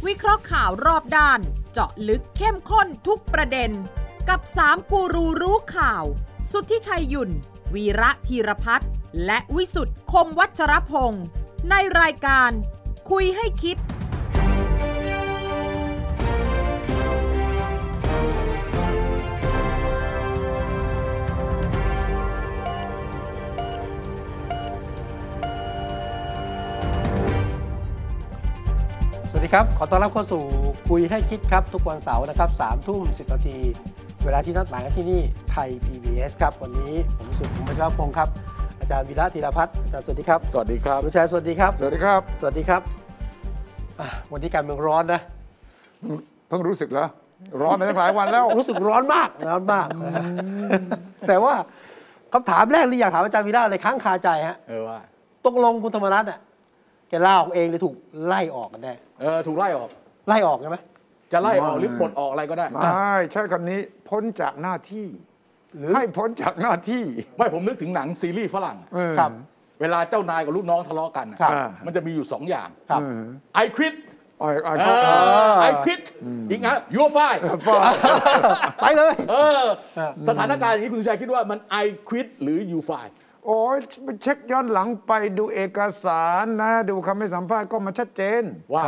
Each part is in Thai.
วิเคราะห์ข่าวรอบด้านเจาะลึกเข้มข้นทุกประเด็นกับ3กูรูรู้ข่าวสุทธิชัยหยุ่นวีระธีรพัฒน์และวิสุทธ์คมวัชรพงศ์ในรายการคุยให้คิดสวัสดีครับขอต้อนรับเข้าสู่คุยให้คิดครับทุกวันเสาร์นะครับ 3:10 นาทีเวลาที่นัดหมายกันที่นี่ไทย PBS ครับวันนี้ผมสุดผมประชาพงศ์ครับอาจารย์วีระธีรพัฒน์อาจารย์สวัสดีครับสวัสดีครับคุณชัยสวัสดีครับสวัสดีครับสวัสดีครับวันนี้การเมืองร้อนนะเพิ่งรู้สึกเหรอร้อนมาตั้งหลายวันแล้วรู้สึกร้อนมากแต่ว่าคำถามแรกที่อยากถามอาจารย์วีระเลยค้างคาใจฮะว่าตกลงคุณธรรมนัสเนี่ยแกลาออกเองหรือถูกไล่ออกกันแน่ถูกไล่ออกใช่ไหมจะไล่ออกหรือปลดออกอะไรก็ได้ใช่คำนี้พ้นจากหน้าที่หรือให้พ้นจากหน้าที่ไม่ผมนึกถึงหนังซีรีส์ฝรั่งครับเวลาเจ้านายกับลูกน้องทะเลาะกันมันจะมีอยู่2อย่างI quit I quit อีกนะ you're fine ไปเลยสถานการณ์อย่างนี้คุณชัยคิดว่ามัน I quit หรือ you fine โอ้ยเช็คย้อนหลังไปดูเอกสารนะดูคำให้สัมภาษณ์ก็มาชัดเจนว่า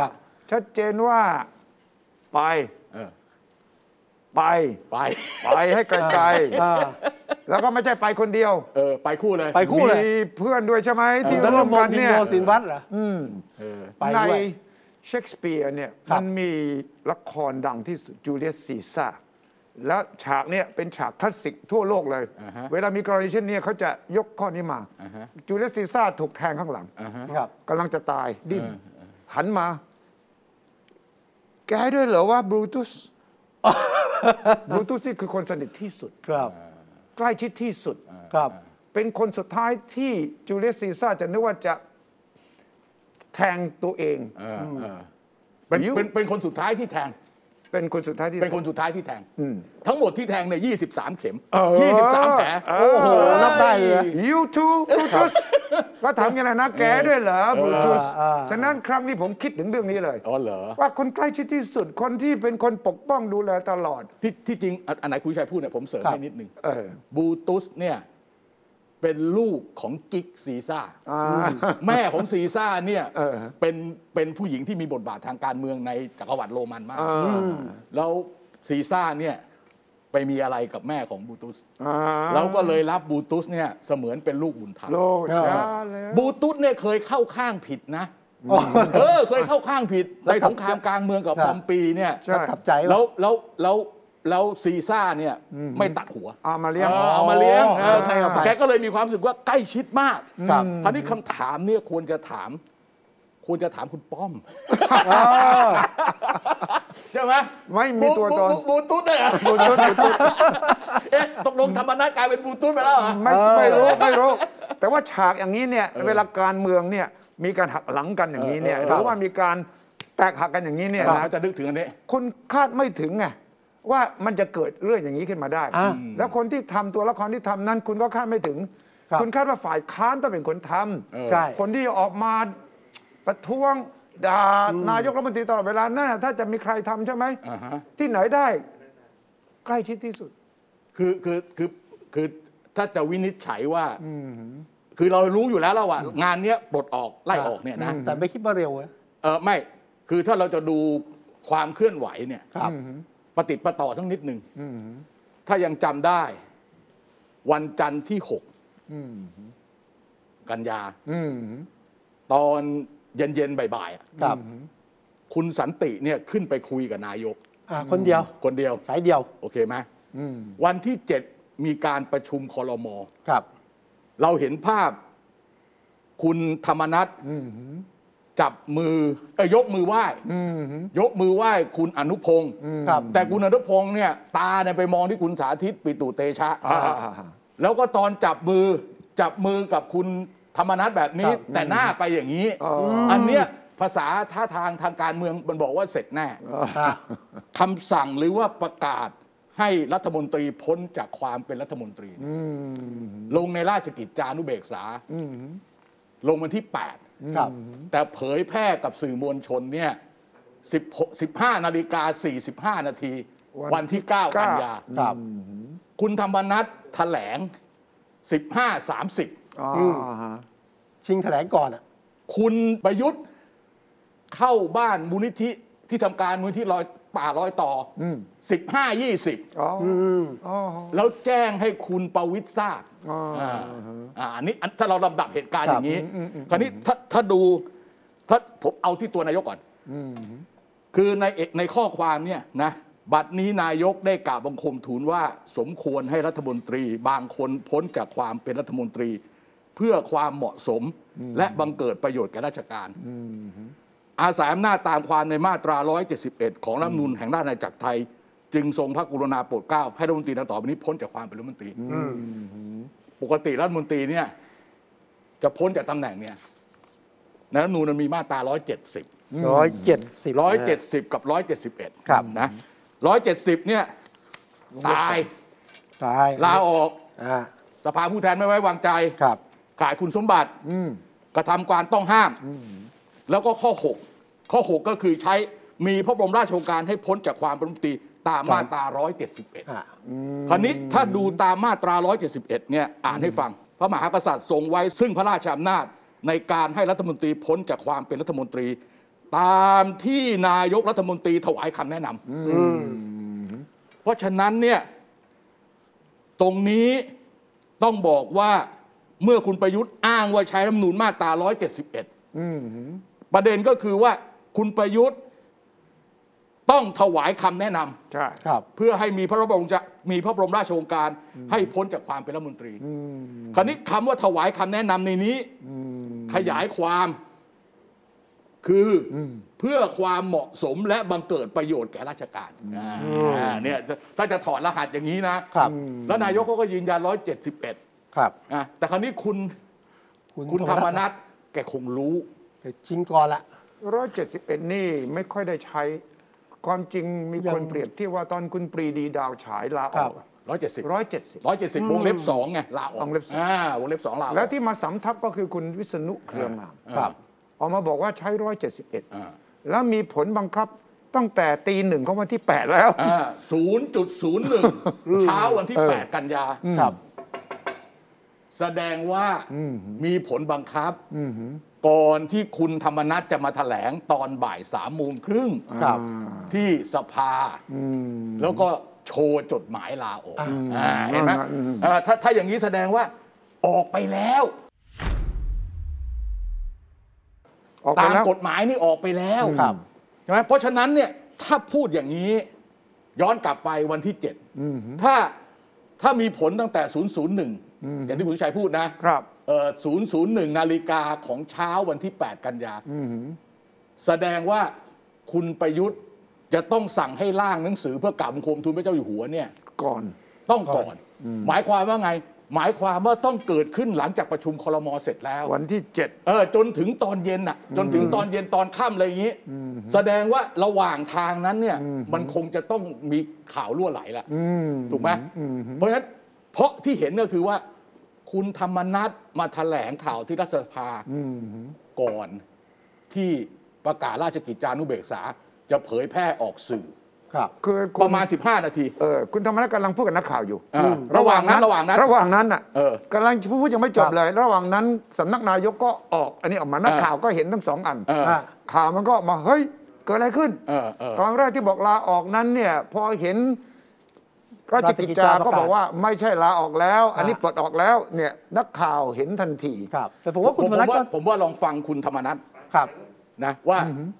ไปให้ไกลๆแล้วก็ไม่ใช่ไปคนเดียวไปคู่เลยมีเพื่อนด้วยใช่ไหมที่ร่วมกันเนี่ยสินวัตรเหรอในเชคสเปียร์เนี่ยมันมีละครดังที่สุดจูเลียสซีซ่าร์แล้วฉากเนี่ยเป็นฉากคลาสสิกทั่วโลกเลยเวลามีกรณีเช่นนี้เขาจะยกข้อนี้มาจูเลียสซีซ่าร์ถูกแทงข้างหลังกำลังจะตายดิ้นหันมาแกด้วยเหรอว่าบรูตุสนี่คือคนสนิทที่สุดใกล้ชิดที่สุดเป็นคนสุดท้ายที่จูเลียสซีซ่าร์จะนึกว่าจะแทงตัวเองเป็นคนสุดท้ายที่แทงเป็นคนสุดท้ายที่แทงทั้งหมดที่แทงเนี่ย23 เข็ม23 แผลโอ้โหนับได้เลย You too Brutus ก็ถามยังไงนะแกด้วยเหรอ Brutus ฉะนั้นครั้งนี้ผมคิดถึงเรื่องนี้เลยว่าคนใกล้ชิดที่สุดคนที่เป็นคนปกป้องดูแลตลอดที่จริงอันไหนคุณชัยพูดเนี่ยผมเสริมให้นิดนึงBrutus เนี่ยเป็นลูกของกิ๊กซีซ่าแม่ของซีซ่าเนี่ยเป็นผู้หญิงที่มีบทบาททางการเมืองในจักรวรรดิโรมันมากแล้วซีซ่าเนี่ยไปมีอะไรกับแม่ของบรูตุสแล้วก็เลยรับบรูตุสเนี่ยเสมือนเป็นลูกบุญธรรมบรูตุสเนี่ยเคยเข้าข้างผิดนะเคยเข้าข้างผิดในสงครามกลางเมืองกับปอมปีเนี่ยแล้วซีซ่าเนี่ยไม่ตัดหัวเอามาเลี้ยงแกก็เลยมีความรู้สึกว่าใกล้ชิดมากคราวนี้คำถามเนี่ยควรจะถามคุณป้อมใช่ไหมไม่มีตัวตนบูตุ๊ดเนี่ยบูตุ๊ดตกลงธรรมนัสกลายเป็นบูตุ๊ดไปแล้วเหรอไม่รู้แต่ว่าฉากอย่างนี้เนี่ยเวลาการเมืองเนี่ยมีการหักหลังกันอย่างนี้เนี่ยหรือว่ามีการแตกหักกันอย่างนี้เนี่ยนะจะนึกถึงอันนี้คุณคาดไม่ถึงไงว่ามันจะเกิดเรื่องอย่างนี้ขึ้นมาได้แล้วคนที่ทำตัวละครที่ทำนั้นคุณก็คาดไม่ถึงคุณคาดว่าฝ่ายค้านต้องเป็นคนทำใช่คนที่ออกมาประท้วงด่านายกรัฐมนตรีตลอดเวลาน่าถ้าจะมีใครทำใช่ไหมที่ไหนได้ใกล้ชิดที่สุดคือถ้าจะวินิจฉัยว่าคือเรารู้อยู่แล้วว่างานนี้ปลดออกไล่ออกเนี่ยนะแต่ไม่คิดว่าเร็วไม่คือถ้าเราจะดูความเคลื่อนไหวเนี่ยปฏิปต่อทั้งนิดหนึ่งถ้ายังจำได้วันจันทร์ที่6กันยาตอนเย็นๆบ่ายๆคุณสันติเนี่ยขึ้นไปคุยกับนายกคนเดียวสายเดียวโอเคไหมวันที่7มีการประชุมครม.เราเห็นภาพคุณธรรมนัสจับมือยกมือไหว้คุณอนุพงศ์แต่คุณอนุพงศ์เนี่ยตาเนี่ยไปมองที่คุณสาธิตปิตุเตชะแล้วก็ตอนจับมือกับคุณธรรมนัสแบบนี้แต่หน้าไปอย่างนี้อันเนี้ยภาษาท่าทางทางการเมืองมันบอกว่าเสร็จแน่คำสั่งหรือว่าประกาศให้รัฐมนตรีพ้นจากความเป็นรัฐมนตรีลงในราชกิจจานุเบกษาลงวันที่8แต่เผยแพร่กับสื่อมวลชนเนี่ย 15 นาฬิกา 45 นาทีวันที่ 9 กันยาครับคุณธรรมนัสแถลง 15:30 ชิงแถลงก่อนอ่ะคุณประยุทธ์เข้าบ้านมูลนิธิที่ทำการมูลนิธิป่ารอยต่อ 15:20 แล้วแจ้งให้คุณประวิตรทราบอันนี้ถ้าเราลำดับเหตุการณ์อย่างนี้คราวนี้ถ้าดูผมเอาที่ตัวนายกก่อนคือในข้อความเนี่ยนะบัดนี้นายกได้กล่าวบังคมทูลว่าสมควรให้รัฐมนตรีบางคนพ้นจากความเป็นรัฐมนตรีเพื่อความเหมาะสมและบังเกิดประโยชน์แก่ราชการอาศัยอำนาจตามความในมาตรา 171 ของรัฐธรรมนูญแห่งราชอาณาจักรไทยจึงทรงพระกรุณาโปรดเกล้าให้รัฐมนตรีดังต่อไปนี้พ้นจากความเป็นรัฐมนตรีปกติรัฐมนตรีเนี่ยจะพ้นจากตำแหน่งเนี่ยในรัฐธรรมนูญมันมีมาตรา 170 กับ 171 ครับนะ 170 เนี่ยตายลาออกสภาผู้แทนไม่ไว้วางใจขาดคุณสมบัติกระทำการต้องห้ามแล้วก็ข้อ 6 ก็คือใช้มีพระบรมราชโองการให้พ้นจากความเป็นรัฐมนตรีตามมาตรา 171 คราวนี้ถ้าดูตามมาตรา 171 เนี่ยอ่านให้ฟังพระมหากษัตริย์ทรงไว้ซึ่งพระราชอำนาจในการให้รัฐมนตรีพ้นจากความเป็นรัฐมนตรีตามที่นายกรัฐมนตรีถวายคำแนะนำเพราะฉะนั้นเนี่ยตรงนี้ต้องบอกว่าเมื่อคุณประยุทธ์อ้างว่าใช้รัฐธรรมนูญมาตรา 171 ประเด็นก็คือว่าคุณประยุทธ์ต้องถวายคำแนะนำใช่ครับเพื่อให้มีพระบรมราชโองการให้พ้นจากความเป็นรัฐมนตรีคราวนี้คำว่าถวายคำแนะนำในนี้ขยายความคือเพื่อความเหมาะสมและบังเกิดประโยชน์แก่ราชการเนี่ยถ้าจะถอดรหัสอย่างนี้นะแล้วนายกเขาก็ยืนยัน 171 ครับแต่คราวนี้คุณธรรมนัสแกคงรู้จริงก่อนละ 171 นี่ไม่ค่อยได้ใช้ความจริงมีคนเปรียบที่ว่าตอนคุณปรีดีดาวฉายลาออก170 วงเล็บ 2 ไงลาออกวงเล็บ 2 ลาออกแล้วที่มาสำทับก็คือคุณวิษณุเครืองามออกมาบอกว่าใช้ 171 แล้วมีผลบังคับตั้งแต่ตี 1ของวันที่ 8 แล้ว 0.01 เช้าวันที่ 8 กันยาแสดงว่ามีผลบังคับก่อนที่คุณธรรมนัสจะมาแถลงตอนบ่าย 3:30 ที่สภาแล้วก็โชว์จดหมายลาออกเห็นไหมถ้าอย่างนี้แสดงว่าออกไปแล้วตามกฎหมายนี่ออกไปแล้วใช่ไหมเพราะฉะนั้นเนี่ยถ้าพูดอย่างนี้ย้อนกลับไปวันที่ 7ถ้ามีผลตั้งแต่ 001 อย่างที่คุณชัยพูดนะครับ001 นาฬิกาของเช้าวันที่ 8 กันยาแสดงว่าคุณประยุทธ์จะต้องสั่งให้ร่างหนังสือเพื่อกราบบังคมทูลพระเจ้าอยู่หัวเนี่ยก่อนหมายความว่าไงหมายความว่าต้องเกิดขึ้นหลังจากประชุมครม.เสร็จแล้ววันที่ 7จนถึงตอนเย็นจนถึงตอนเย็นตอนค่ำอะไรอย่างนี้แสดงว่าระหว่างทางนั้นเนี่ยมันคงจะต้องมีข่าวรั่วไหลละถูกไหมเพราะฉะนั้นเพราะที่เห็นก็คือว่าคุณธรรมนัสมาแถลงข่าวที่รัฐสภาก่อนที่ประกาศราชกิจจานุเบกษาจะเผยแพร่ออกสื่อคือประมาณ15 นาทีคุณธรรมนัสกำลังพูดกับนักข่าวอยู่ระหว่างนั้นน่ะกำลังพูดยังไม่จบเลยระหว่างนั้นสำนักนายกก็ออกอันนี้ออกมานักข่าวก็เห็นทั้ง2 อันข่าวมันก็มาเฮ้ยเกิดอะไรขึ้นตอนแรกที่บอกลาออกนั้นเนี่ยพอเห็นราชกิจจาก็บอกว่าไม่ใช่ลาออกแล้วอันนี้ปลดออกแล้วเนี่ยนักข่าวเห็นทันทีแต่ผมว่าคุณธรรมนัสผมว่าลองฟังคุณธรรมนัสนะว่า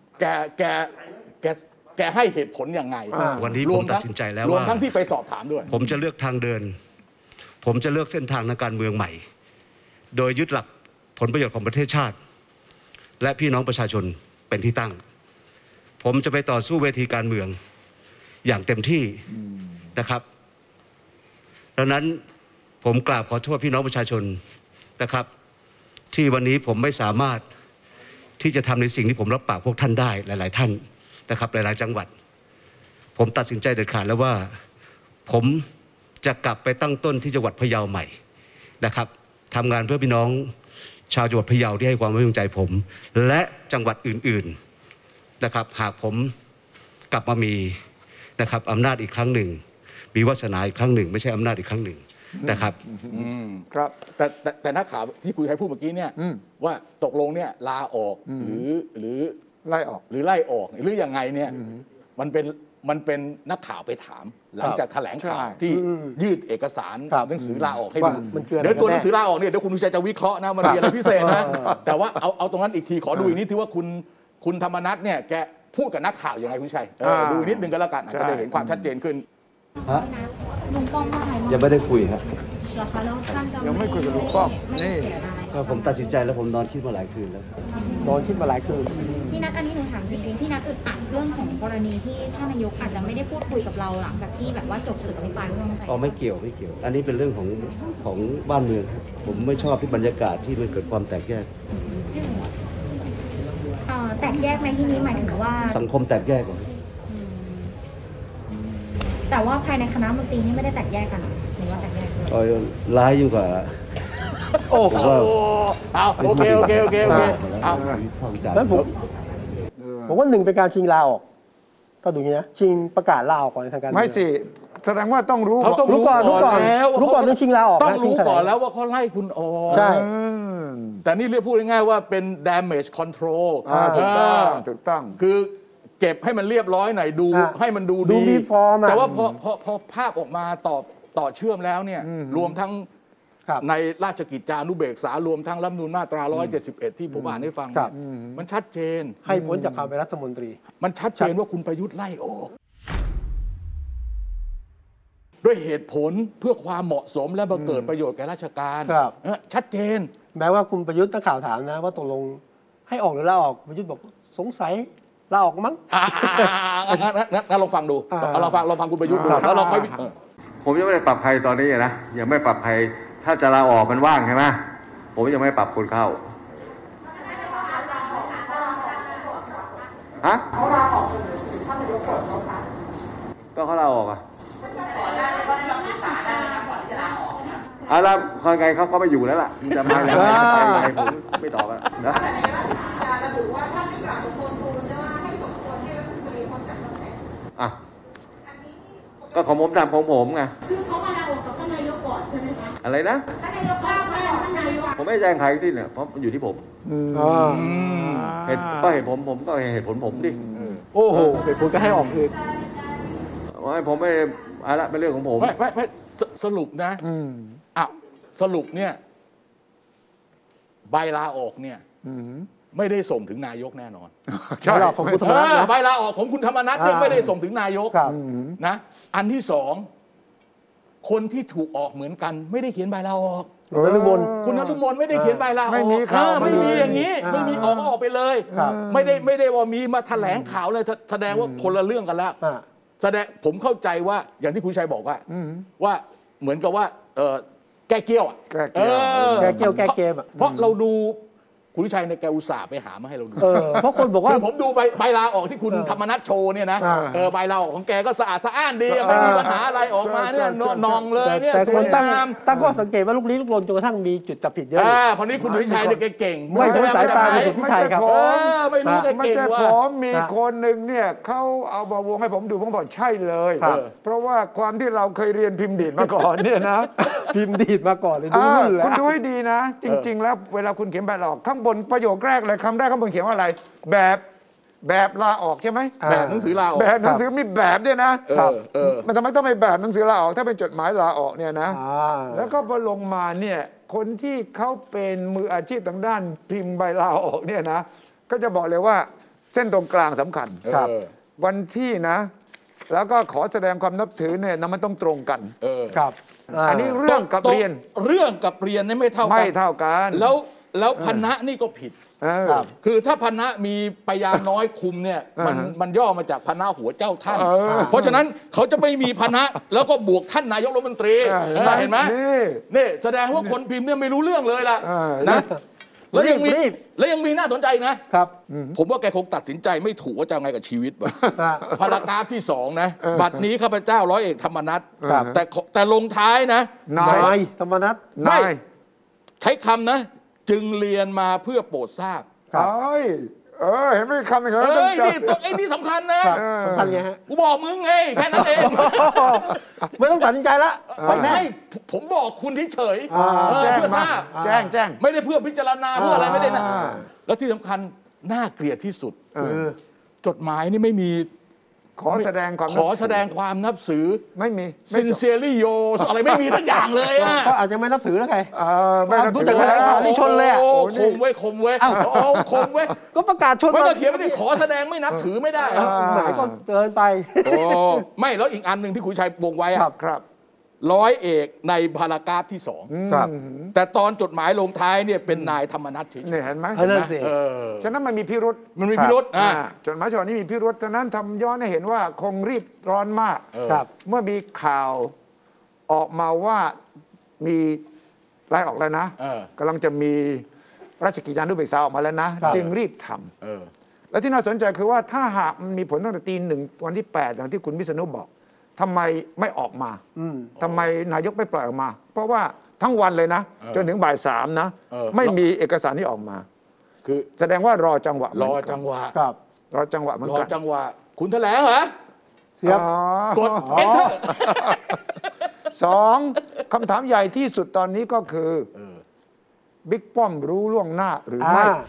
แกให้เหตุผลยังไงวันนี้ผมตัดสินใจแล้วว่ารวมทั้งที่ไปสอบถามด้วยผมจะเลือกทางเดินผมจะเลือกเส้นทางทางการเมืองใหม่โดยยึดหลักผลประโยชน์ของประเทศชาติและพี่น้องประชาชนเป็นที่ตั้งผมจะไปต่อสู้เวทีการเมืองอย่างเต็มที่นะครับดังนั้นผมกราบขอโทษพี่น้องประชาชนนะครับที่วันนี้ผมไม่สามารถที่จะทำในสิ่งที่ผมรับปากพวกท่านได้หลายๆท่านนะครับหลายๆจังหวัดผมตัดสินใจเด็ดขาดแล้วว่าผมจะกลับไปตั้งต้นที่จังหวัดพะเยาใหม่นะครับทำงานเพื่อพี่น้องชาวจังหวัดพะเยาที่ให้ความไว้วางใจผมและจังหวัดอื่นๆนะครับหากผมกลับมามีนะครับอำนาจอีกครั้งหนึ่งมีวาสนาอีกครั้งหนึ่งไม่ใช่อำนาจอีกครั้งหนึ่งนะครับครับแต่นักข่าวที่คุยให้พูดเมื่อกี้เนี่ยว่าตกลงเนี่ยลาออกหรือไล่ออกหรือยังไงเนี่ยมันเป็นนักข่าวไปถามหลังจากแถลงข่าวที่ยืดเอกสารหนังสือลาออกให้ดูเดี๋ยวตัวหนังสือลาออกเนี่ยเดี๋ยวคุณวิชัยจะวิเคราะห์นะมันมีอะไรพิเศษนะแต่ว่าเอาตรงนั้นอีกทีขอดูอีกนิดที่ว่าคุณธรรมนัสเนี่ยแกพูดกับนักข่าวยังไงคุณวิชัยดูนิดนึงก็แล้วกันจะได้เห็นความชัดเจนขึ้นลุงป้อมว่าไงยังไม่ได้คุยครับเหรอคะแล้วท่านยังไม่คุยกับลุงป้อมนี่ผมตัดสินใจแล้วผมนอนคิดมาหลายคืนแล้วนอนคิดมาหลายคืนพี่นัทอันนี้หนูถามจริงๆที่นัทอึดอัดเรื่องของกรณีที่ท่านนายกอาจจะไม่ได้พูดคุยกับเราหลังจากที่แบบว่าจบศึกอภิปรายไม่ไว้วางใจไม่เกี่ยวอันนี้เป็นเรื่องของบ้านเมืองผมไม่ชอบที่บรรยากาศที่มันเกิดความแตกแยกแตกแยกในที่นี้หมายถึงว่าสังคมแตกแยกก่อนแต่ว่าภายในคณะมนตรีนี่ไม่ได้แตกแยกกันหรือว่าแตกแยกร้ายยิ่งกว่าโอ้โหโอเคแล้วผมว่าหนึ่งเป็นการชิงลาออกก็ดูอย่างนี้นะชิงประกาศลาออกก่อนในทางการไม่สิแสดงว่าต้องรู้ก่อนเรื่องชิงลาออกต้องรู้ก่อนแล้วว่าเขาไล่คุณออกใช่แต่นี่เรียกพูดง่ายๆว่าเป็น damage control ถูกต้องคือเก็บให้มันเรียบร้อยหน่อยดูให้มันดูดีมีฟอร์มแต่ว่าพอภาพออกมาต่อเชื่อมแล้วเนี่ยรวมทั้งในราชกิจจานุเบกษารวมทั้งรัฐธรรมนูญมาตรา171ที่ผมอ่านให้ฟังมันชัดเจนให้พ้นจากความเป็นรัฐมนตรีมันชัดเจนว่าคุณประยุทธ์ไล่ออกด้วยเหตุผลเพื่อความเหมาะสมและบังเกิดประโยชน์แก่ราชการชัดเจนแม้ว่าคุณประยุทธ์นักข่าวถามนะว่าตกลงให้ออกหรือลาออกประยุทธ์บอกสงสัยลาออกมั้งงั้นลองฟังดูเราฟังคุณประยุทธ์ดูแล้วเราค่อยผมยังไม่ได้ปรับใครตอนนี้นะยังไม่ปรับใครถ้าจะลาออกมันว่างใช่ไหมผมยังไม่ปรับคนเข้าฮะเขาลาออกหรือท่านนายกเปิดเขาคะก็เขาลาออกแล้วคนไงเขาก็ไม่อยู่แล้วล่ะจะมาแล้วผมไม่ตอบแล้วนะก็ของผมทำของผมไงคือเขามาลาออกกับท่านนายกก่อนใช่ไหมคะอะไรนะท่านนายกทราบว่าท่านนายกผมไม่แจ้งใครที่เนี่ยเพราะมันอยู่ที่ผมก็เห็นผมก็เหตุผลผมดิโอ้โหเหตุผลก็ให้ออกคือไม่ผมไม่อะไรเป็นเรื่องของผมไม่สรุปนะสรุปเนี่ยใบลาออกเนี่ยไม่ได้ส่งถึงนายกแน่นอนใช่ของคุณธรรมนัสใบลาออกของคุณธรรมนัสเนี่ยไม่ได้ส่งถึงนายกนะอันที่สองคนที่ถูกออกเหมือนกันไม่ได้เขียนใบลาออกคุณนฤมลไม่ได้เขียนใบลาออกไม่มีอย่างนี้ไม่มีออกไปเลยไม่ได้ว่ามีมาแถลงข่าวเลยแสดงว่าคนละเรื่องกันแล้วแสดงผมเข้าใจว่าอย่างที่คุณชัยบอกว่าเหมือนกับว่าแก้เกี้ยวแก้เกมเพราะเราดูคุณชัยในแกอุตส่าห์ไปหามาให้เราดูเพราะคนบอกว่าผมดูใบลาออกที่คุณธรรมนัสโชว์เนี่ยนะใบลาออกของแกก็สะอาดสะอ้านดีไม่มีปัญหาอะไรออกมาเนี่ยนองเลยเนี่ยแต่คนตั้งข้อสังเกตว่าลูกลี้ลูกลนจนกระทั่งมีจุดจับผิดเยอะพอนี้คุณชัยเนี่ยเก่งไม่พ้นสายตาของคุณชัยครับไม่รู้แกเก่งว่าผมมีคนหนึ่งเนี่ยเขาเอามาวงให้ผมดูผมบอกใช่เลยเพราะว่าความที่เราเคยเรียนพิมพ์ดีดมาก่อนเนี่ยนะพิมพ์ดีดมาก่อนเลยดูเลยคุณดูให้ดีนะจริงๆแล้วเวลาคุณเขียนใบลาออกข้างบนประโยคแรกเลยคำแรกข้างบนเขียนว่าอะไรแบบลาออกใช่ไหมแบบหนังสือลาออกแบบหนังสือมีแบบด้วยนะมันทำไมต้องไปแบบหนังสือลาออกถ้าเป็นจดหมายลาออกเนี่ยนะแล้วก็พอลงมาเนี่ยคนที่เขาเป็นมืออาชีพทางด้านพิมพ์ใบลาออกเนี่ยนะก็จะบอกเลยว่าเส้นตรงกลางสำคัญวันที่นะแล้วก็ขอแสดงความนับถือเนี่ยมันต้องตรงกันครับอันนี้เรื่องกับเรียนนี่ไม่เท่ากันแล้วพนะนี่ก็ผิดคือถ้าพนะมีปยาน้อยคุมเนี่ยมันย่อมาจากพนะหัวเจ้าท่านเพราะฉะนั้นเขาจะไม่มีพนะแล้วก็บวกท่านนายกรัฐมนตรีเห็นไหมนี่แสดงว่าคนพิมพ์เนี่ยไม่รู้เรื่องเลยล่ะนะแล้วยังมีน่าสนใจนะครับผมว่าแกคงตัดสินใจไม่ถูกว่าจะไงกับชีวิตว่ะพารากราฟที่2นะบัดนี้ข้าพเจ้าร้อยเอกธรรมนัสแต่ลงท้ายนะนายธรรมนัสไม่ใช้คำนะจึงเรียนมาเพื่อโปรดทราบเห็นไหมคำอย่างนั้นนี่สำคัญนะสำคัญไงฮะกูบอกมึงไงแค่นั้นเองไม่ต้องตัดสินใจละไม่ใช่ผมบอกคุณเฉยเพื่อทราบแจ้งไม่ได้เพื่อพิจารณาเพื่ออะไรไม่ได้นะแล้วที่สำคัญน่าเกลียดที่สุดคือจดหมายนี่ไม่มีขอแสดงความนับถือไม่มี sincerely yours อะไรไม่มีสักอย่างเลยก็อาจจะไม่นับถือแล้วไงไม่นับถือแล้วนี่ชนเลยคมไว้คมไว้ก็ประกาศชนไม่ก็เขียนไม่ได้ขอแสดงไม่นับถือไม่ได้หมายก็เกินไปไม่แล้วอีกอันหนึ่งที่คุณชัยวงไว้ครับร้อยเอกในพารากราฟที่2แต่ตอนจดหมายลงท้ายเนี่ยเป็นนายธรรมนัสเฉยๆเห็นไหมฉะนั้นมันมีพิรุษจดหมายฉบับนี้มีพิรุษฉะนั้นทำย้อนให้เห็นว่าคงรีบร้อนมากเมื่อมีข่าวออกมาว่ามีไล่ออกแล้วนะกำลังจะมีราชกิจจานุเบกษาออกมาแล้วนะจึงรีบทำและที่น่าสนใจคือว่าถ้าหากมันมีผลตั้งแต่ตี 1วันที่8อย่างที่คุณวิษณุบอกทำไมไม่ออกมาทำไมนายกไม่ปล่อยออกมาเพราะว่าทั้งวันเลยนะจนถึงบ่าย3นะไม่มีเอกสารที่ออกมาคือแสดงว่ารอจังหวะรอจังหวะเหมือนกันคุณแถลงเหรอเสียบกด enter 2คำถามใหญ่ที่สุดตอนนี้ก็คือบิ๊กป้อมรู้ล่วงหน้าหรือ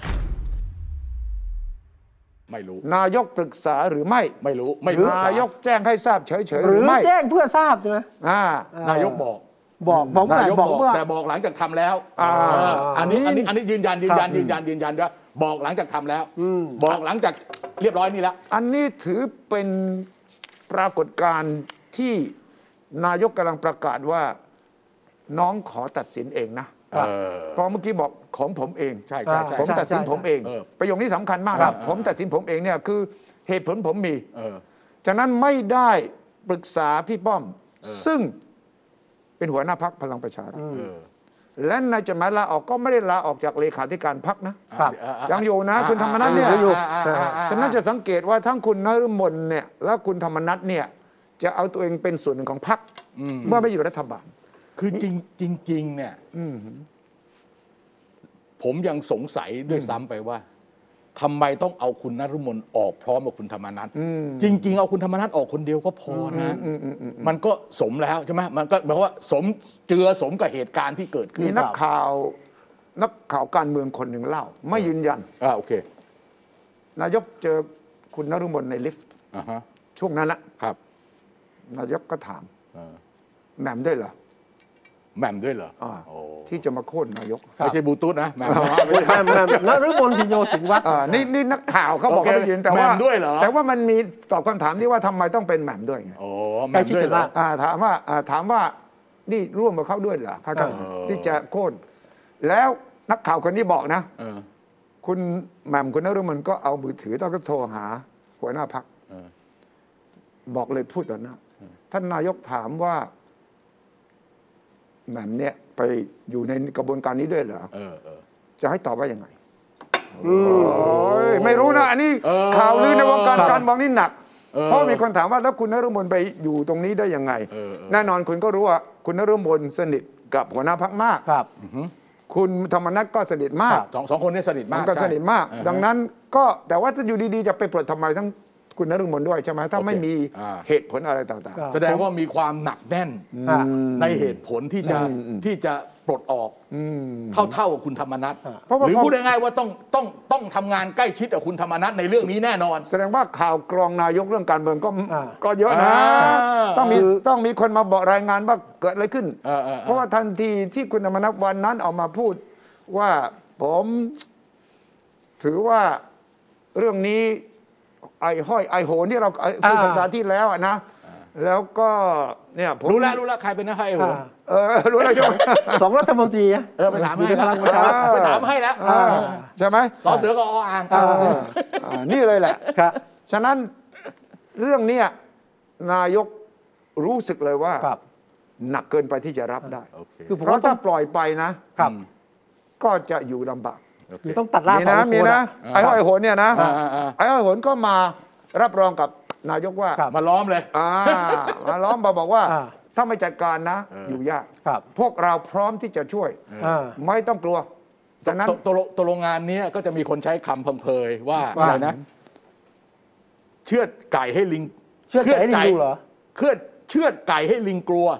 ไม่รู้นายกปรึกษาหรือไม่รู้นายกแจ้งให้ทราบเฉยๆหรือไม่แจ้งเพื่อทราบใช่ไหมนายกบอกนายกบอกแต่บอกหลังจากทำแล้วอันนี้ยืนยันว่าบอกหลังจากทำแล้วบอกหลังจากเรียบร้อยนี่แล้วอันนี้ถือเป็นปรากฏการณ์ที่นายกกำลังประกาศว่าน้องขอตัดสินเองนะพอเมื่อกี้บอกของผมเองใช่ผมตัดสินผมเองประโยคนี้สำคัญมากครับผมตัดสินผมเองเนี่ยคือเหตุผลผมมีฉะนั้นไม่ได้ปรึกษาพี่ป้อมซึ่งเป็นหัวหน้าพรรคพลังประชารัฐและนายจดหมายลาออกก็ไม่ได้ลาออกจากเลขาธิการพรรคนะยังอยู่นะคุณธรรมนัสเนี่ยฉะนั้นจะสังเกตว่าทั้งคุณนฤมลเนี่ยและคุณธรรมนัสเนี่ยจะเอาตัวเองเป็นส่วนหนึ่งของพรรคเมื่อไม่อยู่รัฐบาลคือจริงเนี่ยผมยังสงสัยด้วยซ้ำไปว่าทำไมต้องเอาคุณนฤมลออกพร้อมกับคุณธรรมนัสจริงๆเอาคุณธรรมนัสออกคนเดียวก็พอนะมันก็สมแล้วใช่ไหมมันก็แปลว่าสมกับเหตุการณ์ที่เกิดขึ้นมีนักข่าวการเมืองคนหนึ่งเล่าไม่ยืนยันโอเคนายกเจอคุณนฤมลในลิฟต์ช่วงนั้นครับนายกก็ถามแหม่มด้วยเหรอที่จะมาโค่นนายกไม่ใช่บลูทูธนะแหม่มนฤมล พิญโยสินวัฒน์นี่นักข่าวเขาบอกเขาได้ยินแต่ว่าด้วยเหรอแต่ว่ามันมีตอบคำถามที่ว่าทำไมต้องเป็นแหม่มด้วยไงแหม่มด้วยเหรอถามว่านี่ร่วมกับเขาด้วยเหรอที่จะโค่นแล้วนักข่าวคนนี้บอกนะคุณแหม่มคุณนฤมลก็เอามือถือต้องก็โทรหาหัวหน้าพรรคบอกเลยพูดต่อหน้าท่านนายกถามว่าแหม่มเนี่ยไปอยู่ในกระบวนการนี้ด้วยเหรอจะให้ตอบว่ายังไงไม่รู้นะอันนี้ข่าวลือในวงการการเมืองนี่หนักเพราะมีคนถามว่าแล้วคุณนฤมลไปอยู่ตรงนี้ได้ยังไงแน่นอนคุณก็รู้ว่าคุณนฤมลสนิทกับหัวหน้าพรรคมากคุณธรรมนัสก็สนิทมากสองคนนี้สนิทมากก็สนิทมากดังนั้นก็แต่ว่าถ้าอยู่ดีๆจะไปปลดทำไมทั้งคุณนฤมลด้วยใช่ไหมถ้าไม่มีเหตุผลอะไรต่างๆแสดงว่ามีความหนักแน่นในเหตุผลที่จะปลดออกเท่ากับคุณธรรมนัสหรือพูดง่ายๆว่าต้องทำงานใกล้ชิดกับคุณธรรมนัสในเรื่องนี้แน่นอนแสดงว่าข่าวกรองนายกเรื่องการเมืองก็เยอะนะต้องมีคนมาบอกรายงานว่าเกิดอะไรขึ้นเพราะว่าทันทีที่คุณธรรมนัสวันนั้นออกมาพูดว่าผมถือว่าเรื่องนี้ไอ้ห้อยไอ้โหนที่เราคุยสัปดาห์ที่แล้วนะแล้วก็เนี่ยผมรู้แล้วใครเป็นนักไอ้โหนรู้แล้วใช่ไหม 2 รัฐมนตรีไปถามให้แล้วไปถามให้แล้วใช่ไหมสอเสือก็อ่างนี่เลยแหละฉะนั้นเรื่องนี้นายกรู้สึกเลยว่าหนักเกินไปที่จะรับได้เพราะถ้าปล่อยไปนะก็จะอยู่ลำบากต้องตัดรากมีนะไอ้ห้อยโหนเนี่ยนะไอ้ห้อยโหนก็มารับรองกับนายกว่ามาล้อมเลยมาล้อมบอกว่าถ้าไม่จัดการนะอยู่ยากพวกเราพร้อมที่จะช่วยไม่ต้องกลัวจากนั้นตัวโรงงานนี้ก็จะมีคนใช้คำพำเพยว่าอะไรนะเชือดไก่ให้ลิงเชือดไก่ให้ลิงดูเหรอเชือดไก่ให้ลิงกลัว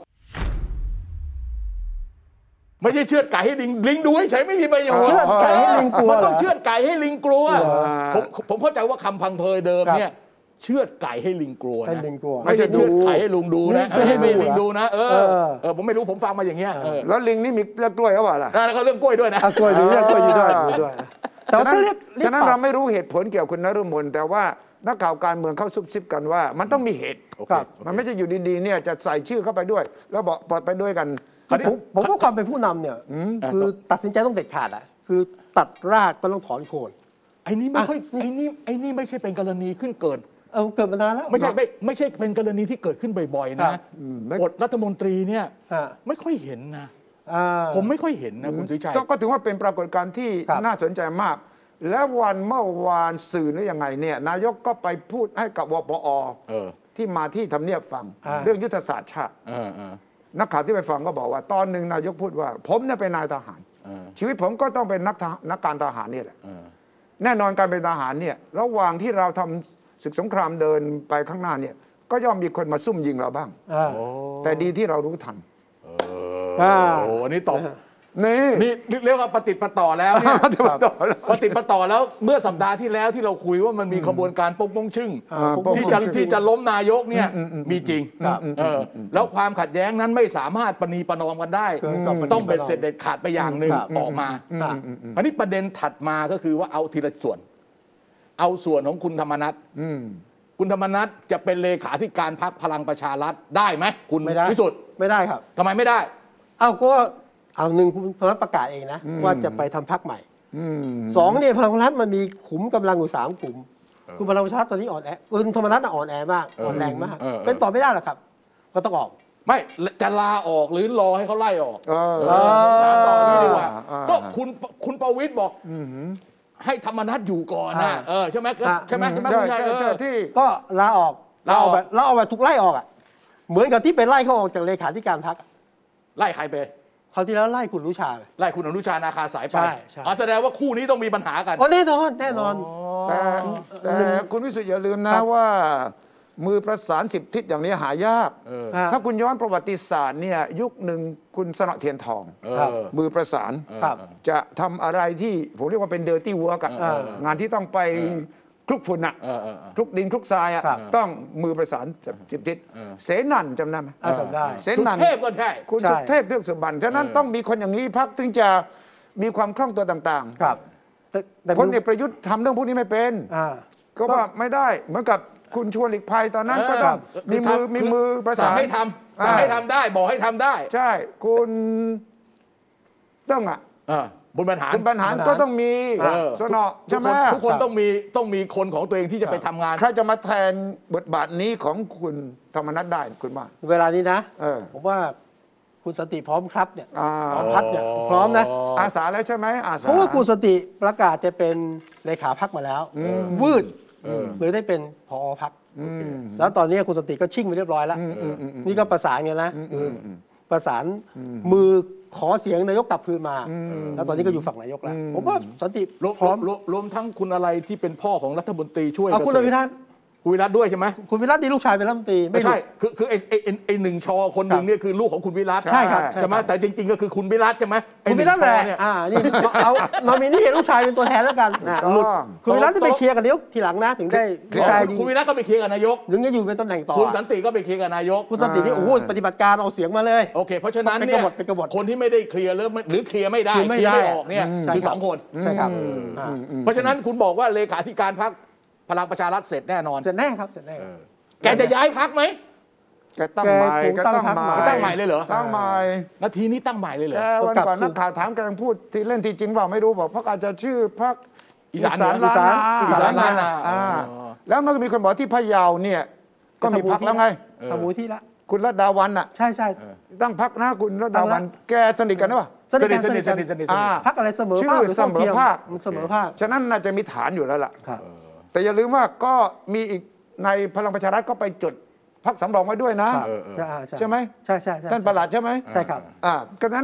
ไม่ใช่เชือดไก่ให้ลิงดูเฉยไม่มีประโยชน์เชือดไก่ให้ลิงกลัวมันต้องเชือดไก่ให้ลิงกลัวผมเข้าใจว่าคำพังเพยเดิมเนี่ยเชือดไก่ให้ลิงกลัวนะไม่ใช่เชือดไก่ให้ลุงดูนะไม่ลิงดูนะผมไม่รู้ผมฟังมาอย่างเงี้ยแล้วลิงนี่มีเรื่องกล้วยหรือเปล่าล่ะแล้วก็เรื่องกล้วยด้วยนะกล้วยอยู่ด้วยแต่ฉะนั้นเราไม่รู้เหตุผลเกี่ยวกับคุณนฤมลแต่ว่านักข่าวการเมืองเขาซุบซิบกันว่ามันต้องมีเหตุมันไม่ใช่อยู่ดีๆเนี่ยจะใส่ชื่อเข้าไปด้วยแล้วบอกปลดไปด้วยกันผมว่าความเป็นผู้นำเนี่ยคือตัดสินใจต้องเด็ดขาดอ่ะคือตัดรากก็ต้องถอนโคนไอ้นี่ไม่ค่อยไอ้นี่ไม่ใช่เป็นกรณีขึ้นเกิดเกิดมานานแล้วไม่ใช่เป็นกรณีที่เกิดขึ้นบ่อยๆนะบทรัฐมนตรีเนี่ยไม่ค่อยเห็นนะผมไม่ค่อยเห็นนะคุณสุชัยก็ถือว่าเป็นปรากฏการณ์ที่น่าสนใจมากและวันเมื่อวานสื่อหรือยังไงเนี่ยนายกก็ไปพูดให้กับวปอที่มาที่ทำเนียบฟังเรื่องยุทธศาสตร์ชาตินักข่าวที่ไปฟังก็บอกว่าตอนหนึ่งนายกพูดว่าผมเนี่ยเป็นนายทหารชีวิตผมก็ต้องเป็นนักการทหารนี่แหละแน่นอนการเป็นทหารเนี่ยระหว่างที่เราทำศึกสงครามเดินไปข้างหน้าเนี่ยก็ย่อมมีคนมาซุ่มยิงเราบ้างแต่ดีที่เรารู้ทันอันนี้ตอบนี่เรียกว่าปฏิปต่อแล้วเนี่ยปฏิปต่อแล้วเมื่อสัปดาห์ที่แล้วที่เราคุยว่ามันมีขบวนการปกป้องชึ่งที่จะล้มนายกเนี่ยมีจริงแล้วความขัดแย้งนั้นไม่สามารถประนีประนอมกันได้ต้องเป็นเสร็จเด็ดขาดไปอย่างหนึ่งออกมาอันนี้ประเด็นถัดมาก็คือว่าเอาทีละส่วนเอาส่วนของคุณธรรมนัสคุณธรรมนัสจะเป็นเลขาธิการพรรคพลังประชารัฐได้ไหมคุณวิสุทธิ์ไม่ได้ครับทำไมไม่ได้ก็เอาหนึ่งคุณพลังประกาศเองนะว่าจะไปทำพรรคใหม่สองเนี่ยพลังประชารัฐมันมีขุมกำลังอยู่3 กลุ่มคุณพลังประชารัฐตอนนี้อ่อนแอคุณธรรมนัสอ่อนแอมากอ่อนแรงมากเป็นต่อไม่ได้หรอกครับก็ต้องออกไม่จะลาออกหรือรอให้เขาไล่ออกต่อนี้ดีกว่าก็คุณประวิตรบอกให้ธรรมนัสอยู่ก่อนนะใช่ไหมใช่ไหมที่ก็ลาออกแบบถูกไล่ออกอ่ะเหมือนกับที่ไปไล่เขาออกจากเลขาธิการพรรคไล่ใครไปคราวที่แล้วไล่คุณอนุชาไล่คุณอนุชานาคาสายไปแสดงว่าคู่นี้ต้องมีปัญหากันแน่นอนแต่คุณวิสุทธิ์อย่าลืมนะว่ามือประสาน10 ทิศอย่างนี้หายากถ้าคุณย้อนประวัติศาสตร์เนี่ยยุคหนึ่งคุณสนเทียนทองมือประสานจะทำอะไรที่ผมเรียกว่าเป็นเดอร์ตี้เวิร์กงานที่ต้องไปคลุกฝุ่นคลุกดินคลุกทรายต้องมือประสาน10 ทิศเสนันจำได้ไหมจำได้เสนันสุเทพก็ใช่คุณสุเทพเทือกสุบรรณฉะนั้นต้องมีคนอย่างนี้พรรคถึงจะมีความคล่องตัวต่างๆพลเอกประยุทธ์ทำเรื่องพวกนี้ไม่เป็นก็ว่าไม่ได้เหมือนกับคุณชวนหลีกภัยตอนนั้นก็ต้องมีมือประสานสั่งให้ทำได้บอกให้ทำได้ใช่คุณต้องบนบรรหารก็ต้องมีสนอใช่ไหมทุกคนต้องมีคนของตัวเองที่จะไปทำงานใครจะมาแทนบทบาทนี้ของคุณธรรมนัสได้คุณว่าเวลานี้นะผมว่าคุณสันติพร้อมครับเนี่ยพร้อมพัดเนี่ยพร้อมนะอาสาแล้วใช่ไหมอาสาเพราะว่าคุณสันติประกาศจะเป็นเลขาพรรคมาแล้ววืดเลยได้เป็นผอ.พรรคแล้วตอนนี้คุณสันติก็ชิ่งไปเรียบร้อยแล้วนี่ก็ประสานกันนะประสานมือขอเสียงนายกกลับคืนมาแล้วตอนนี้ก็อยู่ฝั่งนายกแล้วผมว่าสันติพร้อมรวมทั้งคุณอะไรที่เป็นพ่อของรัฐมนตรีช่วยคุณวิรัตคุณวิรัตด้วยใช่ไหมคุณวิรัตนี่ลูกชายเป็นรัฐมนตรีไม่ใช่คือไอ้หนึ่งชอคนหนึ่งเนี่ยคือลูกของคุณวิรัตใช่ครับใช่ไหมแต่จริงๆก็คือคุณวิรัตใช่ไหมคุณวิรัตแหละนี่เอานอมินีลูกชายเป็นตัวแทนแล้วกันหลุดคุณวิรัตที่ไปเคลียร์กันนายกทีหลังนะถึงได้คุณวิรัตก็ไปเคลียร์กับนายกถึงจะอยู่เป็นตำแหน่งต่อคุณสันติก็ไปเคลียร์กับนายกคุณสันตินี่โอ้โหปฏิบัติการเอาเสียงมาเลยโอเคเพราะฉะนั้นเนี่ยคนที่ไม่ได้เคลียร์หรือเคลียร์ไม่ได้เคลียร์ไม่ออกเนี่ยคือ2 คนใช่ครับเพราะฉะนั้นคุณบอกว่าเลขาธิการพรรคพลังประชารัฐเสร็จแน่นอนเสร็จแน่ครับเสร็จแน่แกจะย้ายพรรคไหมแกตั้งใหม่ตั้งใหม่เลยเหรอตั้งใหม่นาทีนี้ตั้งใหม่เลยเหรอวันก่อนนักข่าวถามแกยังพูดที่เล่นที่จริงเปล่าไม่รู้บอกพรรคอาจจะชื่อพรรคอีสานล้านนาแล้วมันก็มีคนบอกที่พะเยาเนี่ยก็มีพรรคแล้วไงทำมูลที่ละคุณรัตดาวันใช่ใช่ตั้งพรรคนะคุณรัตดาวันแกสนิทกันหรือเปล่าสนิทพรรคอะไรเสมอภาคเสมอภาคเสมอภาคฉะนั้นน่าจะมีฐานอยู่แล้วล่ะแต่อย่าลืมว่าก็มีอีกในพลังประชารัฐก็ไปจดพรรคสำรองไว้ด้วยนะใช่ไหมใช่ท่านประหลัดใช่ไหมใช่ครับก็นั้น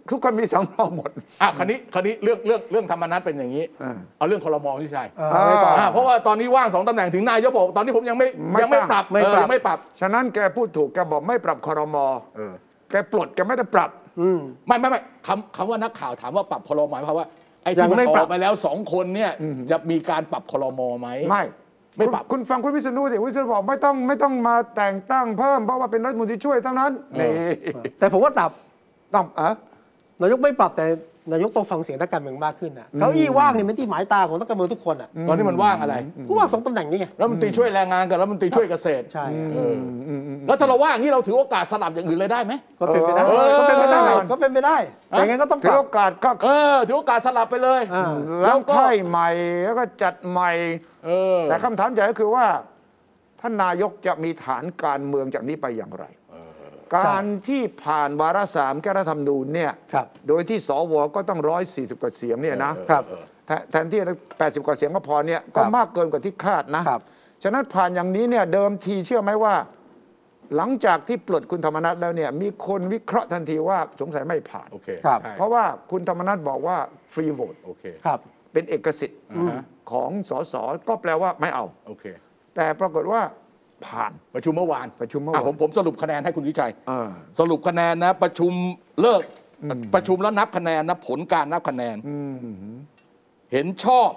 ทุกคนมีสำรองหมดคราวนี้เรื่องธรรมนัสเป็นอย่างนี้เอาเรื่องครม.ที่ใช่เพราะว่าตอนนี้ว่าง2 ตำแหน่งถึงนายกบอกตอนนี้ผมยังไม่ปรับฉะนั้นแกพูดถูกแกบอกไม่ปรับครม.แกปลดแกไม่ได้ปรับไม่คำว่านักข่าวถามว่าปรับครม.หมายความว่าไอ้ที่มันออกไปแล้ว2 คนเนี่ยจะมีการปรับครม.ไหมไม่ปรับคุณฟังคุณวิษณุสิวิษณุบอกไม่ต้องมาแต่งตั้งเพิ่มเพราะว่าเป็นรัฐมนตรีช่วยทั้งนั้นแต่ผมว่าต้องนายกไม่ปรับแต่นายกต้องฟังเสียงนักการเมืองมากขึ้นนะเก้าอี้ว่างนี่เป็นที่หมายตาของนักการเมืองทุกคนอ่ะตอนนี้มันว่างอะไรก็ว่าง2 ตำแหน่งนี่ไงรัฐมนตรีช่วยแรงงานกับรัฐมนตรีช่วยเกษตรใช่แล้วถ้าเราว่างนี่เราถือโอกาสสลับอย่างอื่นเลยได้ไหมก็เป็นไปได้แต่ไงก็ต้องถือโอกาสก็ถือโอกาสสลับไปเลยแล้วค่ายใหม่แล้วก็จัดใหม่แต่คำถามใหญ่ก็คือว่าท่านนายกจะมีฐานการเมืองจากนี้ไปอย่างไรการที่ผ่านวาระ3แก้รัฐธรรมนูญเนี่ยโดยที่สวก็ต้อง140 กว่าเสียงเนี่ยนะแทนที่80 กว่าเสียงก็พอเนี่ยก็มากเกินกว่าที่คาดนะฉะนั้นผ่านอย่างนี้เนี่ยเดิมทีเชื่อไหมว่าหลังจากที่ปลดคุณธรรมนัสแล้วเนี่ยมีคนวิเคราะห์ทันทีว่าสงสัยไม่ผ่านเพราะว่าคุณธรรมนัสบอกว่าฟรีโหวตเป็นเอกสิทธิ์ของสสก็แปลว่าไม่เอาแต่ปรากฏว่าผ่านประชุมเมื่อวานผมสรุปคะแนนให้คุณวิชัยสรุปคะแนนนะประชุมเลิกประชุมแล้วนับคะแนนนะผลการนับคะแนนเห็นชอบ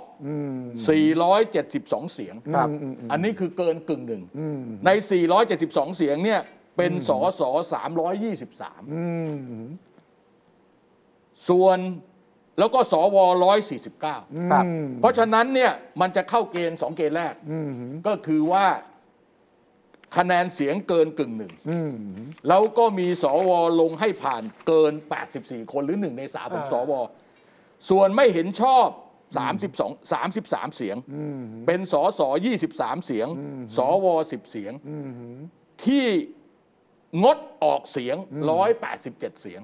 472 เสียงอันนี้คือเกินกึ่งหนึ่งใน472 เสียงเนี่ยเป็นสส323ส่วนแล้วก็สว149เพราะฉะนั้นเนี่ยมันจะเข้าเกณฑ์2 เกณฑ์แรกก็คือว่าคะแนนเสียงเกินกึ่งหนึ่งแล้วก็มีสวลงให้ผ่านเกิน84 คนหรือ1 ใน 3ของสวส่วนไม่เห็นชอบ33 เสียงเป็นสส23 เสียงสว10 เสียงที่งดออกเสียง187 เสียง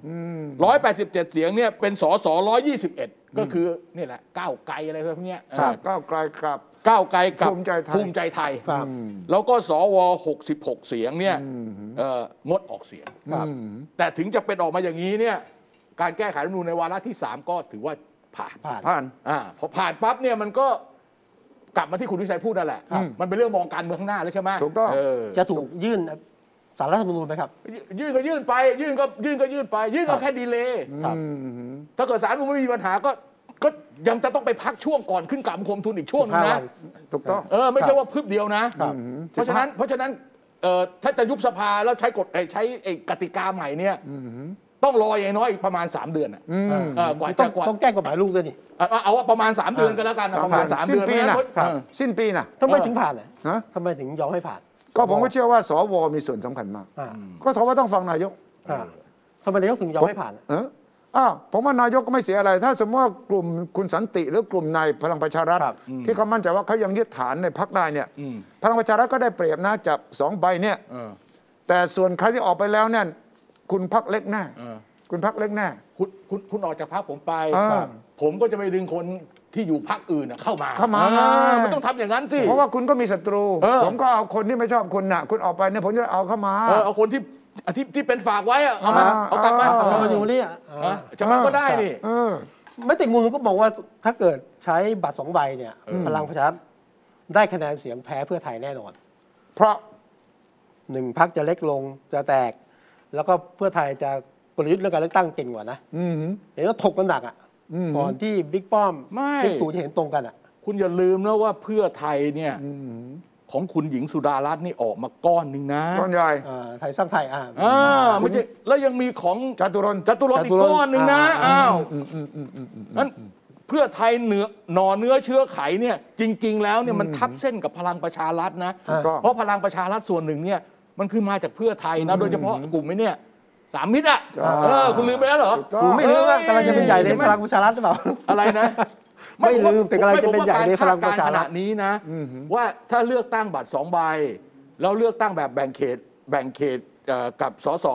187 เสียงเนี่ยเป็นสส121ก็คือนี่แหละก้าวไกลอะไรพวกเนี้ยก้าวไกลกับภูมิใจไทยแล้วก็สว66 เสียงเนี่ยงดออกเสียงแต่ถึงจะเป็นออกมาอย่างนี้เนี่ยการแก้ไขรัฐธรรมนูญในวาระที่3ก็ถือว่าผ่านพอผ่านปั๊บเนี่ยมันก็กลับมาที่คุณวิชัยพูดนั่นแหละมันเป็นเรื่องมองการเมืองข้างหน้าแล้วใช่ไหมถูกต้องจะถูกยื่นสารรัฐธรรมนูญไหมครับยื่นก็ยื่นไปยื่นก็ไปยื่นก็แค่ดีเลย์ถ้าเกิดศาลไม่มีปัญหาก็ยังจะต้องไปพักช่วงก่อนขึ้นกลับคมทุนอีกช่วงนึงนะถูกต้องไม่ใช่ว่าพึบเดียวนะเพราะฉะนั้นถ้าจะยุบสภาแล้วใช้กติกาใหม่เนี่ยต้องรออย่างน้อยประมาณ3 เดือนกว่าต้องแก้กฎหมายลูกด้วยนี่เอาว่าประมาณ3 เดือนกันแล้วกันประมาณ3 เดือนสิ้นปีนะทำไมถึงผ่านเลยทำไมถึงยอมให้ผ่านก็ผมก็เชื่อว่าสวมีส่วนสำคัญมากก็สวต้องฟังนายกทำไมนายกถึงยอมให้ผ่านผมว่านายกก็ไม่เสียอะไรถ้าสมมติว่ากลุ่มคุณสันติหรือกลุ่มนายพลังประชารัฐที่เขามั่นใจว่าเขายังยึดฐานในพรรคได้เนี่ยพลังประชารัฐก็ได้เปรียบนะจับ2 ใบเนี่ยแต่ส่วนใครที่ออกไปแล้วเนี่ยคุณพรรคเล็กแน่คุณพรรคเล็กแน่คุณออกจากพรรคผมไปผมก็จะไปดึงคนที่อยู่พรรคอื่นเข้ามามันต้องทำอย่างนั้นสิเพราะว่าคุณก็มีศัตรูผมก็เอาคนที่ไม่ชอบคุณน่ะคุณออกไปเนี่ยผมจะเอาเข้ามาเอาคนที่เป็นฝากไว้เอามาเอากลับมาอยู่นี่จะมาก็ได้นี่มติมูลก็บอกว่าถ้าเกิดใช้บัตร2 ใบเนี่ยพลังประชารัฐได้คะแนนเสียงแพ้เพื่อไทยแน่นอนเพราะ 1 พรรคจะเล็กลงจะแตกแล้วก็เพื่อไทยจะกลยุทธ์เรื่องการเลือกตั้งเก่งกว่านะเห็นว่าถกกันหนักก่อนที่บิ๊กป้อมบิ๊กตู่จะเห็นตรงกันคุณอย่าลืมนะว่าเพื่อไทยเนี่ยของคุณหญิงสุดารัตน์นี่ออกมาก้อนหนึ่งนะก้อนใหญ่ไทยสร้างไทยไม่ใช่แล้วยังมีของจตุรนอีกก้อนหนึ่งนะนั้นเพื่อไทยเนื้อเชื้อไขเนี่ยจริงๆแล้วเนี่ยมันทับเส้นกับพลังประชารัฐนะเพราะพลังประชารัฐส่วนหนึ่งเนี่ยมันคือมาจากเพื่อไทยนะโดยเฉพาะกลุ่มนี้เนี่ย3 มิตรคุณลืมไปแล้วเหรอคุณไม่ลืมว่ากำลังจะเป็นใหญ่ในพลังประชารัฐหรือเปล่าอะไรนะไม่ลืมเป็นกำลังจะเป็นใหญ่ในพลังประชารัฐนี้นะว่าถ้าเลือกตั้งบัตร2 ใบแล้วเลือกตั้งแบบแบ่งเขตกับสส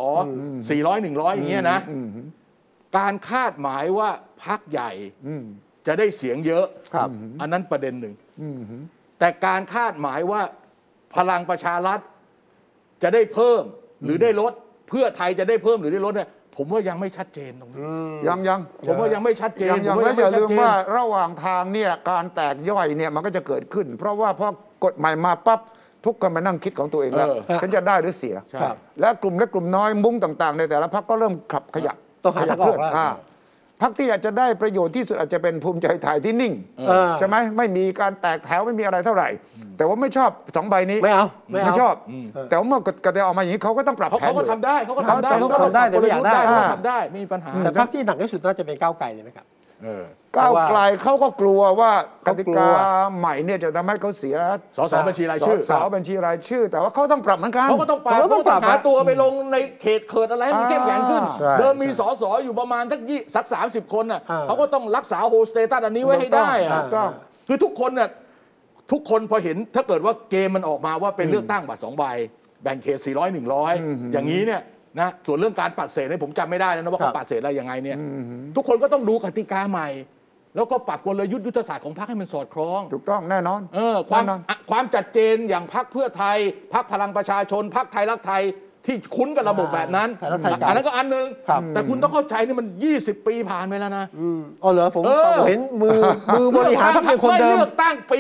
400 100อย่างเงี้ยนะการคาดหมายว่าพรรคใหญ่จะได้เสียงเยอะอันนั้นประเด็นหนึ่งแต่การคาดหมายว่าพลังประชารัฐจะได้เพิ่มหรือได้ลดเพื่อไทยจะได้เพิ่มหรือได้ลดเนี่ยผมว่ายังไม่ชัดเจนตรงนี้ยังผมว่ายังไม่ชัดเจนยังไม่อย่าลืมว่าระหว่างทางเนี่ยการแตกย่อยเนี่ยมันก็จะเกิดขึ้นเพราะว่าพอกฎหมายมาปั๊บทุกคนมานั่งคิดของตัวเองแล้วฉันจะได้หรือเสียและกลุ่มเล็กกลุ่มน้อยมุ้งต่างๆในแต่ละพรรคก็เริ่มขับขยับต้องหาทางออกพรรคที่อาจจะได้ประโยชน์ที่สุดอาจจะเป็นภูมิใจไทยที่นิ่งใช่ไหมไม่มีการแตกแถวไม่มีอะไรเท่าไหร่แต่ว่าไม่ชอบ2ใบนี้ไม่ชอบแต่ว่าเมื่อกระเดาออกมาอย่างนี้เขาก็ต้องปรับแผนเขาก็ทำได้เขาก็ทำได้แต่ไม่อยากได้ทำได้ไม่มีปัญหาแต่พรรคที่หนักที่สุดน่าจะเป็นก้าวไกลเลยไหมครับก้าวไกลเขาก็กลัวว่ากติกาใหม่เนี่ยจะทำให้เขาเสียสสบัญชีรายชื่อบัญชีรายชื่อแต่ว่าเขาต้องปรับเหมือนกันเขาก็ต้องปรับเขาต้องหาตัวไปลงในเขตเขิดอะไรให้มันเข้มแข็งขึ้นเดิมมีสสอยู่ประมาณสัก30 คนน่ะเขาก็ต้องรักษาโฮสเตตัสอันนี้ไว้ให้ได้คือทุกคนเนี่ยทุกคนพอเห็นถ้าเกิดว่าเกมมันออกมาว่าเป็นเลือกตั้งบัตร2ใบแบ่งเขต400 100อย่างนี้เนี่ยนะส่วนเรื่องการปัดเศษเนี่ยผมจำไม่ได้นะว่าเขาปัดเศษอะไรยังไงเนี่ยทุกคนก็ต้องดูกติกาใหม่แล้วก็ปรับกลยุทธ์ยุทธศาสตร์ของพรรคให้มันสอดคล้องถูกต้องแน่นอนความจัดเจนอย่างพรรคเพื่อไทยพรรคพลังประชาชนพรรคไทยรักไทยที่คุ้นกับระบบแบบนั้นอันนั้นก็อันนึงแต่คุณต้องเข้าใจนี่มัน20 ปีผ่านไปแล้วนะอ๋อเหรอผมเห็นมือบริหารพรรคเป็นคนเดิมเลือกตั้งปี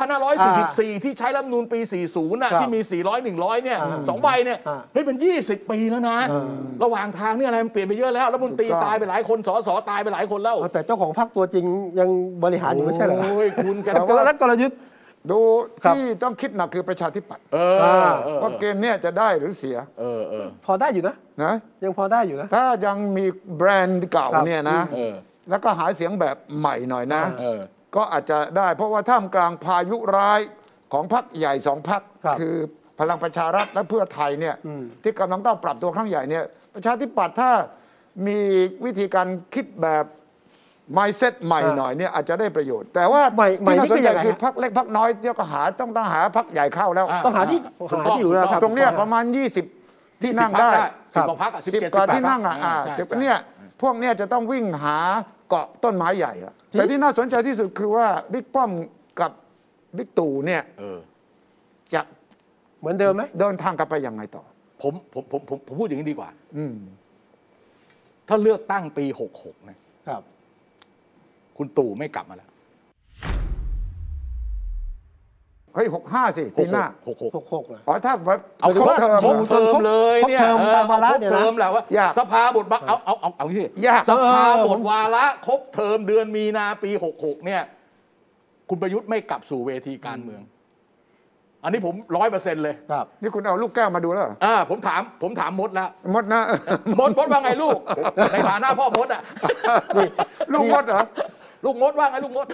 2544ที่ใช้รัฐธรรมนูญปี40น่ะที่มี400 100เนี่ย2ใบเนี่ยเฮ้ยเป็น20 ปีแล้วนะระหว่างทางนี่อะไรมันเปลี่ยนไปเยอะแล้วรัฐมนตรีตายไปหลายคนสสตายไปหลายคนแล้วแต่เจ้าของพรรคตัวจริงยังบริหารอยู่ไม่ใช่เหรอโอ้ยคุณแต่กลยุทธ์ดูที่ต้องคิดหนักคือประชาธิปัตย์ว่าเกมนี้จะได้หรือเสียพอได้อยู่นะยังพอได้อยู่นะถ้ายังมีแบรนด์เก่าเนี่ยนะแล้วก็หาเสียงแบบใหม่หน่อยนะก็อาจจะได้เพราะว่าท่ามกลางพายุร้ายของพรรคใหญ่2พรรคคือพลังประชารัฐและเพื่อไทยเนี่ยที่กำลังต้องปรับตัวครั้งใหญ่เนี่ยประชาธิปัตย์ถ้ามีวิธีการคิดแบบmindset ใหม่หน่อยเนี่ยอาจจะได้ประโยชน์แต่ว่าที่น่าสนใจคือพรรคเล็กพรรคน้อยที่ก็ต้องหาพรรคใหญ่เข้าแล้วต้องหาที่อยู่แล้วครับตรงเนี้ยประมาณ20ที่นั่งได้ 10 กว่าพรรค 10 กว่าที่นั่งเนี่ยพวกเนี้ยจะต้องวิ่งหาเกาะต้นไม้ใหญ่แต่ที่น่าสนใจที่สุดคือว่าบิ๊กป้อมกับบิ๊กตู่เนี่ยจะเหมือนเดิมไหมเดินทางกลับไปยังไงต่อผมพูดอย่างนี้ดีกว่าถ้าเลือกตั้งปี66นะครับคุณตู่ไม่กลับมาแล้วเฮ้ย65สิปีหน้า 66 อ๋อถ้าเอาครบเทอมเลยเนี่ยครบเทอมแล้วว่าสภาบทเอาที่สภาบทวาระครบเทอมเดือนมีนาปี66เนี่ยคุณประยุทธ์ไม่กลับสู่เวทีการเมืองอันนี้ผม 100% เลยนี่คุณเอาลูกแก้วมาดูแล้วผมถามมดแล้วมดนะมดว่าไงลูกในฐานะพ่อมดอ่ะลูกมดเหรอลูกมดว่าไงลูกมด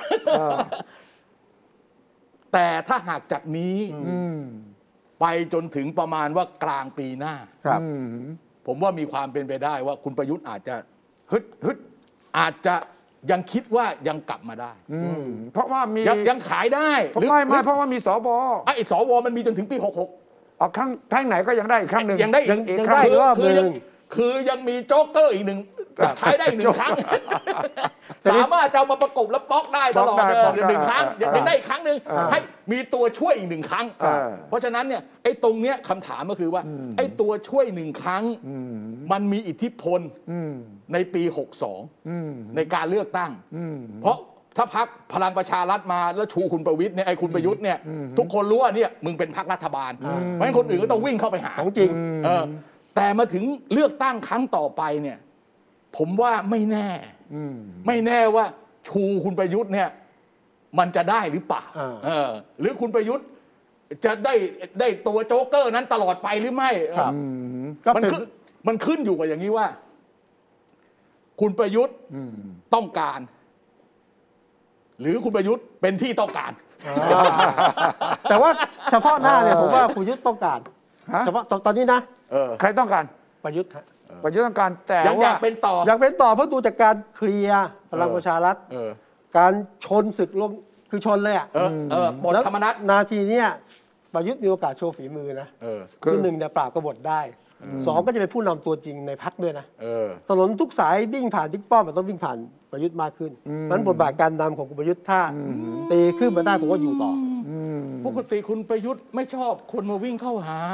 แต่ถ้าหากจากนี้ไปจนถึงประมาณว่ากลางปีหน้าผมว่ามีความเป็นไปได้ว่าคุณประยุทธ์อาจจะฮึดอาจจะยังคิดว่ายังกลับมาได้เพราะว่ามียังขายได้หรือไม่เพราะว่ามีสวไอ้สวมันมีจนถึงปี66 เอาครั้งไหนก็ยังได้อีกครั้งหนึ่งยังได้อีกครั้งคือยังมีโจ๊กเกอร์อีกหนึ่งใช้ได้อีก1 ครั้งสามารถจะเอามาประกบแล้วป๊อกได้ตลอด1 ครั้งยังได้อีกครั้งหนึ่งให้มีตัวช่วยอีก1 ครั้งเพราะฉะนั้นเนี่ยไอ้ตรงเนี้ยคำถามก็คือว่าไอ้ตัวช่วย1 ครั้งมันมีอิทธิพลในปี62ในการเลือกตั้งเพราะถ้าพรรคพลังประชารัฐมาแล้วชูคุณประวิตรเนี่ยไอ้คุณประยุทธ์เนี่ยทุกคนรู้ว่าเนี่ยมึงเป็นพรรครัฐบาลเพราะฉะนั้นคนอื่นก็ต้องวิ่งเข้าไปหาของจริงแต่มาถึงเลือกตั้งครั้งต่อไปเนี่ยผมว่าไม่แน่ว่าชูคุณประยุทธ์เนี่ยมันจะได้หรือเปล่าหรือคุณประยุทธ์จะได้ตัวโจ๊กเกอร์นั้นตลอดไปหรือไม่มันขึ้นอยู่กับอย่างนี้ว่าคุณประยุทธ์ต้องการหรือคุณประยุทธ์เป็นที่ต้องการแต่ว่าเฉพาะหน้าเนี่ยผมว่าคุณประยุทธ์ต้องการเฉพาะตอนนี้นะใครต้องการประยุทธ์ต้องการแต่อยากเป็นต่อเพราะดูจากการเคลียร์พลังประชารัฐการชนศึกลมคือชนเลยอ่ะบทธรรมนัสนาทีนี้ประยุทธ์มีโอกาสโชว์ฝีมือนะคือ1เนี่ยปราบกบฏได้2ก็จะเป็นผู้นำตัวจริงในพรรคด้วยนะถนนทุกสายวิ่งผ่านบิ๊กป้อมมันต้องวิ่งผ่านประยุทธ์มากขึ้นนั้นบทบาทการนำของคุณประยุทธ์ถ้าตีขึ้นมาได้ผมว่าอยู่ต่อปกติคุณประยุทธ์ไม่ชอบคนมาวิ่งเข้าหา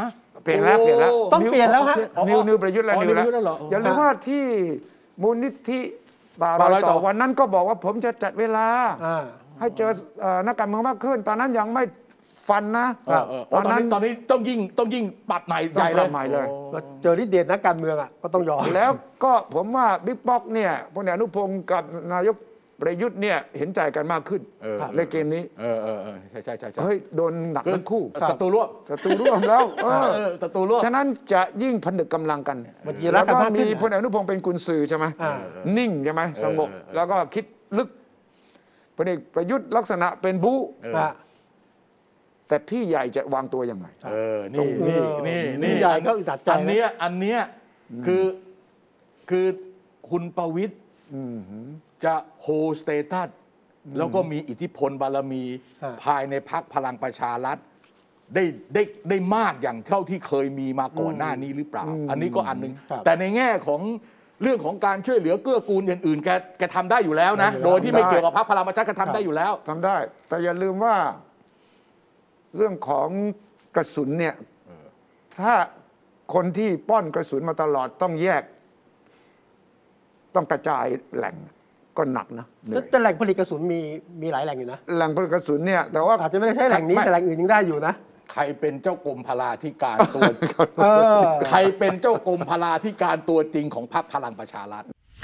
เปลี่ยนแล้วต้องเปลี่ยนแล้วฮะนิวประยุทธ์แล้วอย่าลืมว่าที่มูลนิธิป่ารอยต่อวันนั้นก็บอกว่าผมจะจัดเวลาให้เจอนักการเมืองมากขึ้นตอนนั้นยังไม่ฟันนะตอนนี้ต้องยิ่งปรับใหม่ใหญ่เลยเจอฤทธิ์เดชนักการเมืองก็ต้องยอมแล้วก็ผมว่าบิ๊กป๊อกเนี่ยพลเอกอนุพงศ์กับนายกประยุทธ์เนี่ยเห็นใจกันมากขึ้นในเกมนี้ใช่เฮ้ยโดนหนักทั้งคู่ศัตรูร่วมแล้วศัตรูร่วมฉะนั้นจะยิ่งผนึกกำลังกันแล้วก็มีพลเอกอนุพงศ์เป็นกุญสือใช่ไหมนิ่งใช่ไหมสงบแล้วก็คิดลึกพลเอกประยุทธ์ลักษณะเป็นบู๊แต่พี่ใหญ่จะวางตัวยังไงนี่ใหญ่ก็อึดอัดใจอันเนี้ยคือคุณประวิตรจะโฮสเตตัสแล้วก็มีอิทธิพลบารมีภายในพรรคพลังประชารัฐได้มากอย่างเท่าที่เคยมีมาก่อนหน้านี้หรือเปล่าอันนี้ก็อันนึงแต่ในแง่ของเรื่องของการช่วยเหลือเกื้อกูลอย่างอื่นแกทำได้อยู่แล้วนะโดยที่ไม่เกี่ยวกับพรรคพลังประชารัฐก็ทำได้อยู่แล้วทำได้แต่อย่าลืมว่าเรื่องของกระสุนเนี่ยถ้าคนที่ป้อนกระสุนมาตลอดต้องแยกต้องกระจายแหล่งก็หนักนะแต่แหล่งผลิตกระสุนมีหลายแหล่งอยู่นะแหล่งผลิตกระสุนเนี่ยแต่ว่าอาจจะไม่ได้ใช้แหล่งนี้แต่แหล่งอื่นยังได้อยู่นะใครเป็นเจ้ากรมพลาธิการตัวใครเป็นเจ้ากรมพลาธิการตัวจริงของพรรคพลังประชารัฐ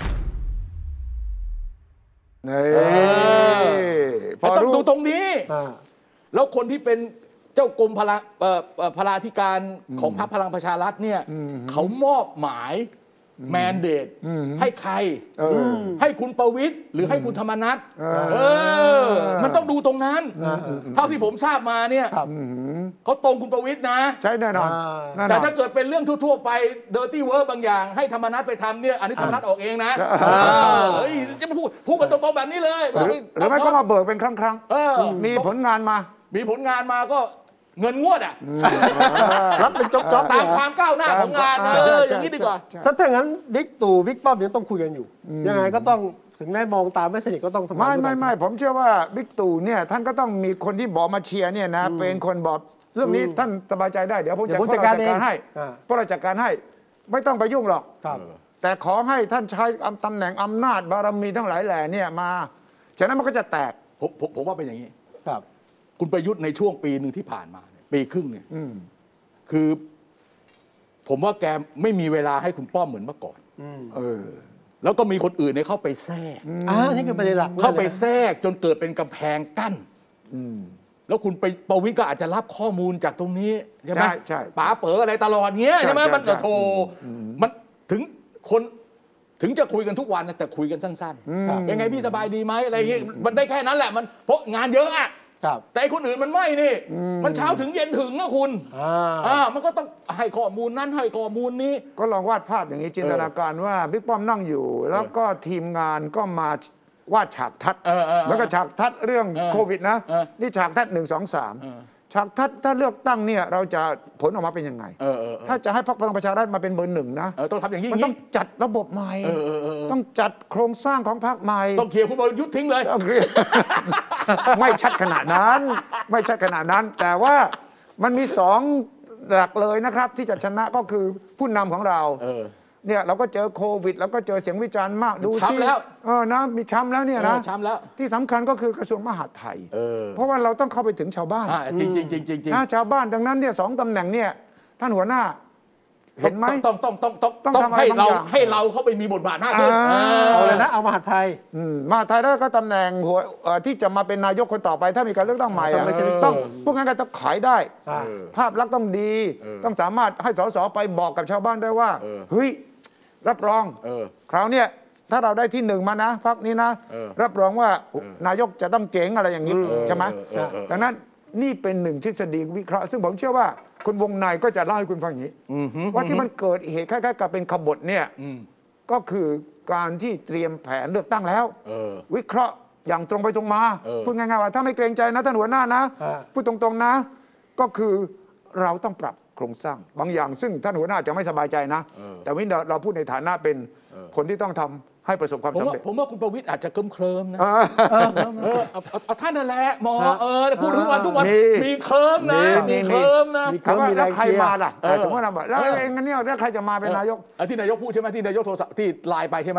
ต้องดูตรงนี้แล้วคนที่เป็นเจ้ากรมพลาธิการของพรรคพลังประชารัฐเนี่ยเขามอบหมายแมนเดตให้ใครให้คุณประวิตรหรือให้คุณธรรมนัสมันต้องดูตรงนั้นเท่าที่ผมทราบมาเนี่ยเขาตรงคุณประวิตรนะใช่แน่นอนแต่ถ้าเกิดเป็นเรื่องทั่วๆไปเดอร์ตี้เวิร์กบางอย่างให้ธรรมนัสไปทำเนี่ยอันนี้ธรรมนัสออกเองนะจะมาพูดกันตรงๆแบบนี้เลยหรือไม่ก็มาเบิกเป็นครั้งๆมีผลงานมาก็เงินงวดรับเป็นจ๊อบตามความก้าวหน้าของงานอย่างนี้ดีกว่าถ้าอย่างนั้นบิ๊กตู่บิ๊กป้อมยังต้องคุยกันอยู่ยังไงก็ต้องถึงแม้มองตามไม่สนิทก็ต้องไม่ผมเชื่อว่าบิ๊กตู่เนี่ยท่านก็ต้องมีคนที่บอกมาเชียร์เนี่ยนะเป็นคนบอกเรื่องนี้ท่านสบายใจได้เดี๋ยวผมจัดการให้เพราะเราจัดการให้ไม่ต้องไปยุ่งหรอกแต่ขอให้ท่านใช้ตำแหน่งอำนาจบารมีทั้งหลายแหล่เนี่ยมาฉะนั้นมันก็จะแตกผมว่าเป็นอย่างนี้คุณประยุทธ์ในช่วงปีหนึ่งที่ผ่านมาปีครึ่งเนี่ยคือผมว่าแกไม่มีเวลาให้คุณป้อมเหมือนเมื่อก่อนแล้วก็มีคนอื่นเนี่ยเข้าไปแทรกนี่คือประเด็นหลักเข้าไปแทรกจนเกิดเป็นกำแพงกั้นแล้วคุณไปประวิตรก็อาจจะรับข้อมูลจากตรงนี้ใช่ไหมใช่ป๋าเป๋ออะไรตลอดเงี้ยใช่ไหมมันจะโทรมันถึงจะคุยกันทุกวันแต่คุยกันสั้นๆยังไงพี่สบายดีไหมอะไรอย่างเงี้ยมันได้แค่นั้นแหละมันเพราะงานเยอะอะแต่คนอื่นมันไม่นี่มันเช้าถึงเย็นถึงนะคุณมันก็ต้องให้ข้อมูลนั้นให้ข้อมูลนี้ก็ลองวาดภาพอย่างนี้จินตนาการว่าบิ๊กป้อมนั่งอยู่แล้วก็ทีมงานก็มาวาดฉากทัศน์แล้วก็ฉากทัศน์เรื่องโควิดนะนี่ฉากทัศน์1 2 3ฉากทัศน์ถ้าเลือกตั้งเนี่ยเราจะผลออกมาเป็นยังไงถ้าจะให้พรรคพลังประชารัฐมาเป็นเบอร์ 1นะต้องทำอย่างนี้มันต้องจัดระบบใหม่ต้องจัดโครงสร้างของพรรคใหม่ต้องเคลียร์คุณประยุทธ์ทิ้งเลยไม่ชัดขนาดนั้นแต่ว่ามันมี2หลักเลยนะครับที่จะชนะก็คือผู้นำของเราเนี่ยเราก็เจอโควิดแล้วก็เจอเสียงวิจารณ์มากดูสิแล้วนะมีช้ำแล้วเนี่ยนะช้ำแล้วที่สำคัญก็คือกระทรวงมหาดไทยเพราะว่าเราต้องเข้าไปถึงชาวบ้านจริงชาวบ้านดังนั้นเนี่ย2ตำแหน่งเนี่ยท่านหัวหน้าเห็นไหมต้องให้เราเข้าไปมีบทบาทมากขึ้นเอาเลยนะเอามหาดไทยมหาดไทยแล้วก็ตำแหน่งหัวที่จะมาเป็นนายกคนต่อไปถ้ามีการเลือกตั้งใหม่ต้องพวกนั้นก็จะขายได้ภาพลักษณ์ต้องดีต้องสามารถให้สสไปบอกกับชาวบ้านได้ว่าเฮ้ยรับรองคราวนี้ถ้าเราได้ที่1มานะพรรคนี้นะรับรองว่านายกจะต้องเจ๋งอะไรอย่างนี้ใช่ไหมดังนั้นนี่เป็น1ทฤษฎีวิเคราะห์ซึ่งผมเชื่อว่าคุณวงในก็จะเล่าให้คุณฟังอย่างนี้ว่าที่มันเกิดเหตุคล้ายๆกับเป็นขบฏเนี่ยก็คือการที่เตรียมแผนเลือกตั้งแล้ววิเคราะห์อย่างตรงไปตรงมาพูดง่ายๆว่าถ้าไม่เกรงใจนะท่านหัวหน้านะพูดตรงๆนะก็คือเราต้องปรับโครงสร้างบางอย่างซึ่งท่านหัวหน้าจะไม่สบายใจนะแต่วันนี้เราพูดในฐานะเป็นคนที่ต้องทให้ประสบความสำเร็จผมว่าคุณประวิตรอาจจะเคลิ้มนะเอาท่านนั่นแหละหมอพูดทุกวันมีเคลิ้มนะมีเคลิ้มนะแล้วใครมาล่ะสมมติว่าแล้วเองงั้นเนี่ยแล้วใครจะมาเป็นนายกที่นายกพูดใช่ไหมที่นายกโทรศัพท์ที่ไลน์ไปใช่ไหม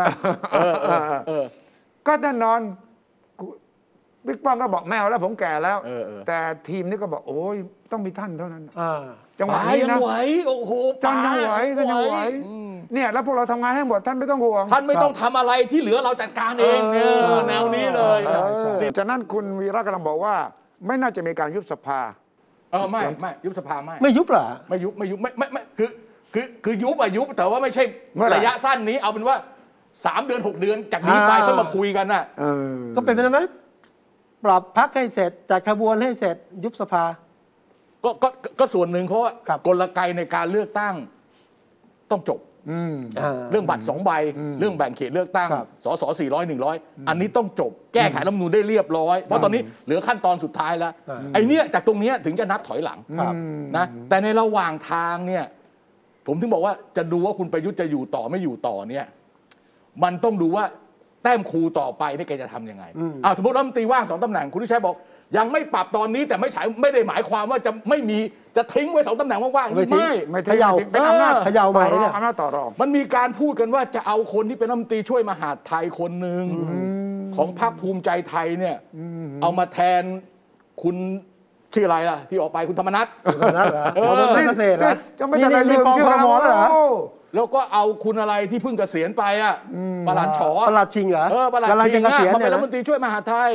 ก็แน่นอนบิ๊กป้อมก็บอกแมวแล้วผมแก่แล้วแต่ทีมนี้ก็บอกโอ้ยต้องมีท่านเท่านั้นจังหวะนี้นะโอ้โหท่านยังไหวเนี่ยแล้วพวกเราทำงานให้หมดท่านไม่ต้องห่วงท่านไม่ต้องทำอะไรที่เหลือเราจัดการเองแนวนี้เลยจากนั้นคุณวีระกำลังบอกว่าไม่น่าจะมีการยุบสภาไม่ยุบสภาไม่ยุบเหรอไม่ยุบไม่คือยุบแต่ว่าไม่ใช่ระยะสั้นนี้เอาเป็นว่า3 เดือน 6 เดือนจากนี้ไปค่อยมาคุยกันน่ะก็เป็นไปได้ไหมปรับพรรคให้เสร็จจัดขบวนให้เสร็จยุบสภาก็ส่วนหนึ่งเพราะว่ากลไกในการเลือกตั้งต้องจบเรื่องบัตร2 ใบเรื่องแบ่งเขตเลือกตั้งสส400 100อันนี้ต้องจบแก้ไขรัฐธรรมนูญได้เรียบร้อยเพราะตอนนี้เหลือขั้นตอนสุดท้ายแล้วไอ้เนี้ยจากตรงนี้ถึงจะนับถอยหลังนะแต่ในระหว่างทางเนี่ยผมถึงบอกว่าจะดูว่าคุณประยุทธ์จะอยู่ต่อไม่อยู่ต่อเนี่ยมันต้องดูว่าแต้มครูต่อไปนี่แกจะทำยังไงสมมติรัฐมนตรีว่าง2 ตำแหน่งคุณทิชัยบอกยังไม่ปรับตอนนี้แต่ไม่ได้หมายความว่าจะไม่มีจะทิ้งไว้2 ตำแหน่งว่างๆไม่เขย่าเป็นอำนาจเขย่าใหม่เนี่ยอำนาจต่อรองมันมีการพูดกันว่าจะเอาคนที่เป็นรัฐมนตรีช่วยมหาดไทยคนหนึ่งของพรรคภูมิใจไทยเนี่ยเอามาแทนคุณชื่ออะไรล่ะที่ออกไปคุณธรรมนัสไม่เกษตรนะจะไม่ได้ลืมชื่อคณะหมอเหรอแล้วก็เอาคุณอะไรที่เพิ่งเกษียณไปประหลัดฉอประหลัดชิงเหรอประหลัดชิงมาเป็นรัฐมนตรีช่วยมหาดไทย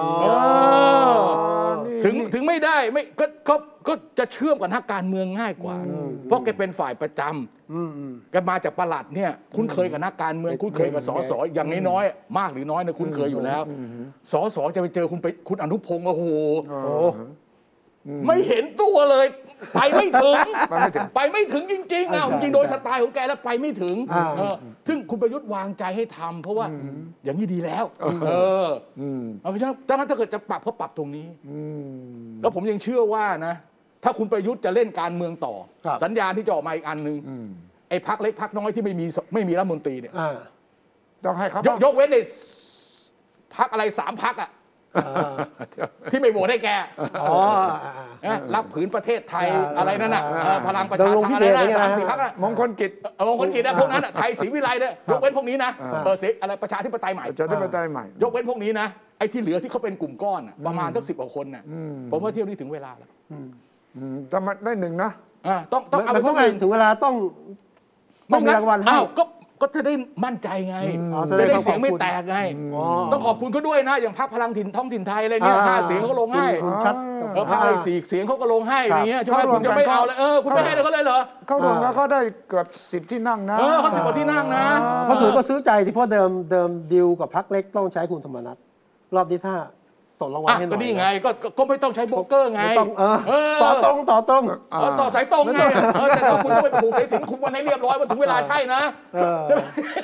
ถึงไม่ได้ไม่ก็จะเชื่อมกับนักการเมืองง่ายกว่าเพราะแกเป็นฝ่ายประจำแกมาจากประหลัดเนี่ยคุ้นเคยกับนักการเมืองคุ้นเคยกับสสอย่างน้อยๆมากหรือน้อยเนี่ยคุ้นเคยอยู่แล้วสสจะไปเจอคุณอนุพงศ์โอ้โหไม่เห็นตัวเลยไปไม่ถึงจริงๆจริงโดยสไตล์ของแกแล้วไปไม่ถึงซึ่งคุณประยุทธ์วางใจให้ทำเพราะว่าอย่างนี้ดีแล้วเพราะฉะนั้นถ้าเกิดจะปรับเขาปรับตรงนี้แล้วผมยังเชื่อว่านะถ้าคุณประยุทธ์จะเล่นการเมืองต่อสัญญาณที่จะออกมาอีกอันนึงไอ้พรรคเล็กพรรคน้อยที่ไม่มีรัฐมนตรีเนี่ยต้องให้เขายกเว้นในพรรคอะไร3 พรรคที่ไม่โหวตให้แกรับผืนประเทศไทยอะไรนั่นน่ะพลังประชาชนอะไรนะ3-4 พรรคมงคลกิจพวกนั้นไทยศรีวิไลเนี่ยยกเว้นพวกนี้นะอะไรประชาธิปไตยใหม่ยกเว้นพวกนี้นะไอ้ที่เหลือที่เขาเป็นกลุ่มก้อนประมาณสัก10 กว่าคนน่ะผมว่าเที่ยวนี้ถึงเวลาแล้วจะมาได้1นะต้องเอาไปถึงเวลาต้องมีรางวัลให้ก็จะได้มั่นใจไงจะได้เสียงไม่แตกไงต้องขอบคุณเขาด้วยนะอย่างพรรคพลังท้องถิ่นไทยอะไรเงี้ย5 เสียงเขาก็ลงให้พรรคอะไร4 เสียงเขาก็ลงให้อย่างเงี้ยใช่ไหมคุณจะไม่เอาเลยคุณไม่ให้เขาเลยเหรอเขารวมแล้วเขาได้เกือบ10 ที่นั่งนะเขา10 กว่าที่นั่งนะเพราะสูงก็ซื้อใจที่เพราะเดิมดีลกับพรรคเล็กต้องใช้คุณธรรมนัสรอบนี้ถ้าส่งรางวัลให้หน่อยก็นี่ไงก็ไม่ต้องใช้โบรกเกอร์ไงต่อตรงต่อสายตรงไงแต่ถ้าคุณต้องไปผูกสายสิญจน์คุณวันให้เรียบร้อยวันถึงเวลาใช่นะใช่ไหม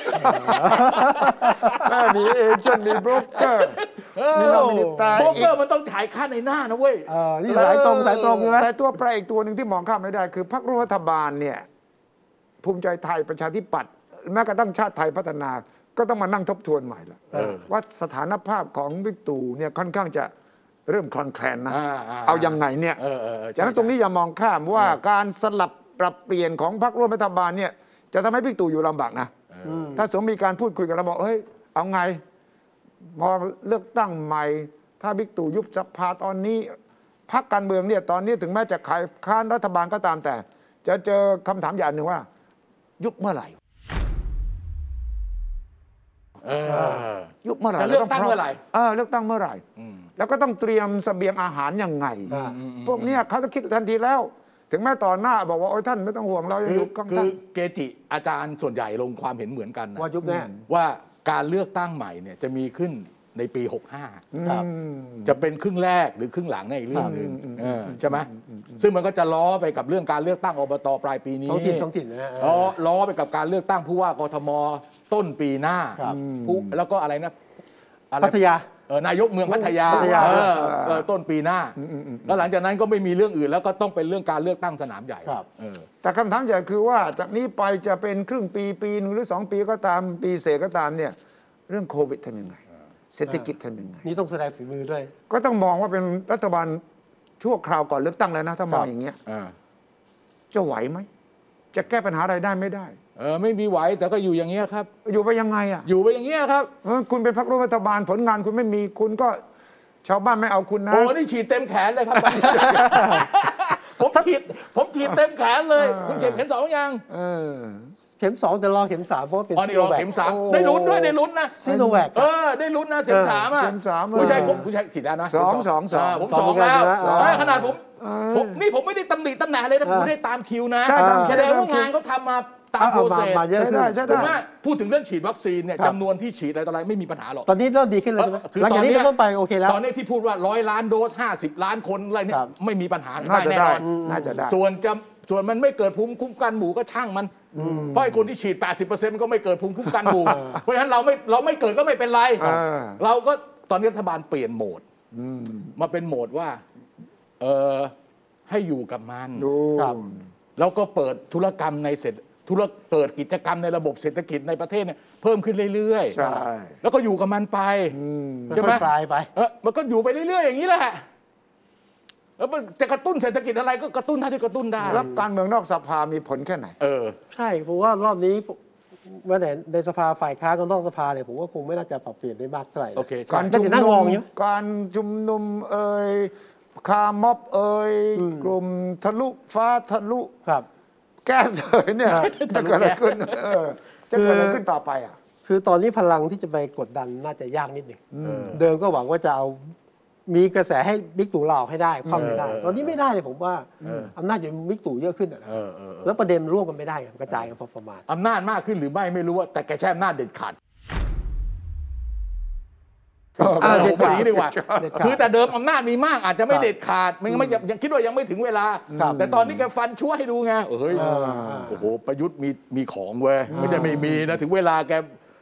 มีเอเจนต์มีโบรกเกอร์มีโบรกเกอร์มันต้องจ่ายค่าในหน้านะเว้ยนี่สายตรงใช่ไหมแต่ตัวแปรอีกตัวหนึ่งที่มองข้ามไม่ได้คือพรรครัฐบาลเนี่ยภูมิใจไทยประชาธิปัตย์แม้กระทั่งชาติไทยพัฒนาก็ต้องมานั่งทบทวนใหม่แล้วว่าสถานภาพของบิ๊กตู่เนี่ยค่อนข้างจะเริ่มคลอนแคลนนะเอายังไงเนี่ยฉะนั้นตรงนี้อย่ามองข้ามว่าการสลับปรับเปลี่ยนของพรรคร่วมรัฐบาลเนี่ยจะทำให้บิ๊กตู่อยู่ลำบากนะถ้าสมมติมีการพูดคุยกันแล้วบอกเฮ้ยเอาไงพอเลือกตั้งใหม่ถ้าบิ๊กตู่ยุบสภาตอนนี้พรรคการเมืองเนี่ยตอนนี้ถึงแม้จะค้านรัฐบาลก็ตามแต่จะเจอคำถามอย่างหนึ่งว่ายุบเมื่อไหร่ยุบเมื่อไหร่เลือกตั้งเมื่อไหร่เลือกตั้งเมื่อไหร่แล้วก็ต้องเตรียมเสบียงอาหารยังไงพวกนี้เขาจะคิดทันทีแล้วถึงแม้ตอนหน้าบอกว่าโอ้ยท่านไม่ต้องห่วงเรายุบคือเกจิอาจารย์ส่วนใหญ่ลงความเห็นเหมือนกันว่ายุบแน่ว่าการเลือกตั้งใหม่เนี่ยจะมีขึ้นในปี65จะเป็นครึ่งแรกหรือครึ่งหลังในอีกเรื่องนึงใช่ไหมซึ่งมันก็จะล้อไปกับเรื่องการเลือกตั้งอบต.ปลายปีนี้ท้องถิ่นนะล้อไปกับการเลือกตั้งผู้ว่ากทม.ต้นปีหน้าแล้วก็อะไรนะพัทยานายกเมืองพัทยาต้นปีหน้าแล้วหลังจากนั้นก็ไม่มีเรื่องอื่นแล้วก็ต้องเป็นเรื่องการเลือกตั้งสนามใหญ่แต่คำถามใหญ่คือว่าจากนี้ไปจะเป็นครึ่งปีนึงหรือ2 ปีก็ตามปีเศษก็ตามเนี่ยเรื่องโควิดทำยังไงเศรษฐกิจทำยังไงนี่ต้องแสดงฝีมือด้วยก็ต้องมองว่าเป็นรัฐบาลชั่วคราวก่อนเลือกตั้งแล้วนะถ้ามองอย่างเงี้ยจะไหวไหมจะแก้ปัญหาอะไรได้ไม่ได้ไม่มีไหวแต่ก็อยู่อย่างเงี้ยครับอยู่ไปยังไงอ่ะอยู่ไปอย่างเงี้ยครับคุณเป็นพรรคร่วมรัฐบาลผลงานคุณไม่มีคุณก็ชาวบ้านไม่เอาคุณนะโอ้นี่ฉีดเต็มแขนเลยครับผมฉีดเต็มแขนเลยคุณเจ็บเข็ม2ยังเข็ม2แต่รอเข็ม3เพราะเป็นซิโนแวคเข็ม3ได้ลุ้นด้วยได้ลุ้นนะซิโนแวคได้ลุ้นนะเข็ม3อ่ะผู้ชายฉีดได้นะ 2 ผม2แล้วขนาดผมนี่ผมไม่ได้ตำหนิตำแหน่งเลยนะผมได้ตามคิวนะแสดงว่างานเขาทำมาตามโปรเซสใช่ได้พูดถึงเรื่องฉีดวัคซีนเนี่ยจำนวนที่ฉีดอะไรต่ออะไรไม่มีปัญหาหรอกตอนนี้เริ่มดีขึ้นเลยคือตอนนี้ต้องไปโอเคแล้วตอนนี้ที่พูดว่า100 ล้านโดส50 ล้านคนอะไรเนี่ยไม่มีปัญหาได้แน่นอนน่าจะได้ส่วนมันไม่เกิดภูมิคุ้มกันหมู่ก็ช่างมันเพราะไอ้คนที่ฉีด 80% มันก็ไม่เกิดภูมิคุ้มกันหมู่เพราะฉะนั้นเราไม่เกิดก็ไม่เป็นไรเราก็ตอนนี้รัฐบาลเปลี่ยนโหมดมาเป็นโหมดว่าให้อยู่กับมันแล้วก็เปิดธุรกรรมในเปิดกิจกรรมในระบบเศรษฐกิจในประเทศเนี่ยเพิ่มขึ้นเรื่อยๆแล้วก็อยู่กับมันไปใช่ไหมมันก็อยู่ไปเรื่อยๆอย่างนี้แหละแล้วจะกระตุ้นเศรษฐกิจอะไรก็กระตุ้นเท่าที่กระตุ้นได้แล้วการเมืองนอกสภามีผลแค่ไหนใช่ผมว่ารอบนี้เมื่อไหร่ในสภาฝ่ายค้านกับนอกสภาเนี่ยผมว่าคงไม่น่าจะปรับเปลี่ยนได้มากเท่าไหร่การชุมนุมคาร์ม็อบกลุ่มทะลุฟ้าทะลุแก้เสยเนี่ยจะเกิดอะไรขึ้นจะเกิดอะไรขึ้นต่อไปอ่ะคือตอนนี้พลังที่จะไปกดดันน่าจะยากนิดหนึ่งเดิมก็หวังว่าจะเอามีกระแสให้บิ๊กตู่ลาออกให้ได้คว่ำไม่ได้ตอนนี้ไม่ได้เลยผมว่าอำนาจอยู่บิ๊กตู่เยอะขึ้นแล้วประเด็นร่วมกันไม่ได้กระจายกันพอประมาณอำนาจมากขึ้นหรือไม่รู้ว่าแต่แกใช้อำนาจเด็ดขาดเด็ดขาดดีกว่าคือแต่เดิมอำนาจมีมากอาจจะไม่เด็ดขาดมันยังคิดว่ายังไม่ถึงเวลาแต่ตอนนี้แกฟันชั่วให้ดูไงโอ้โหประยุทธ์มีของเว้ยไม่ใช่ไม่มีนะถึงเวลาแก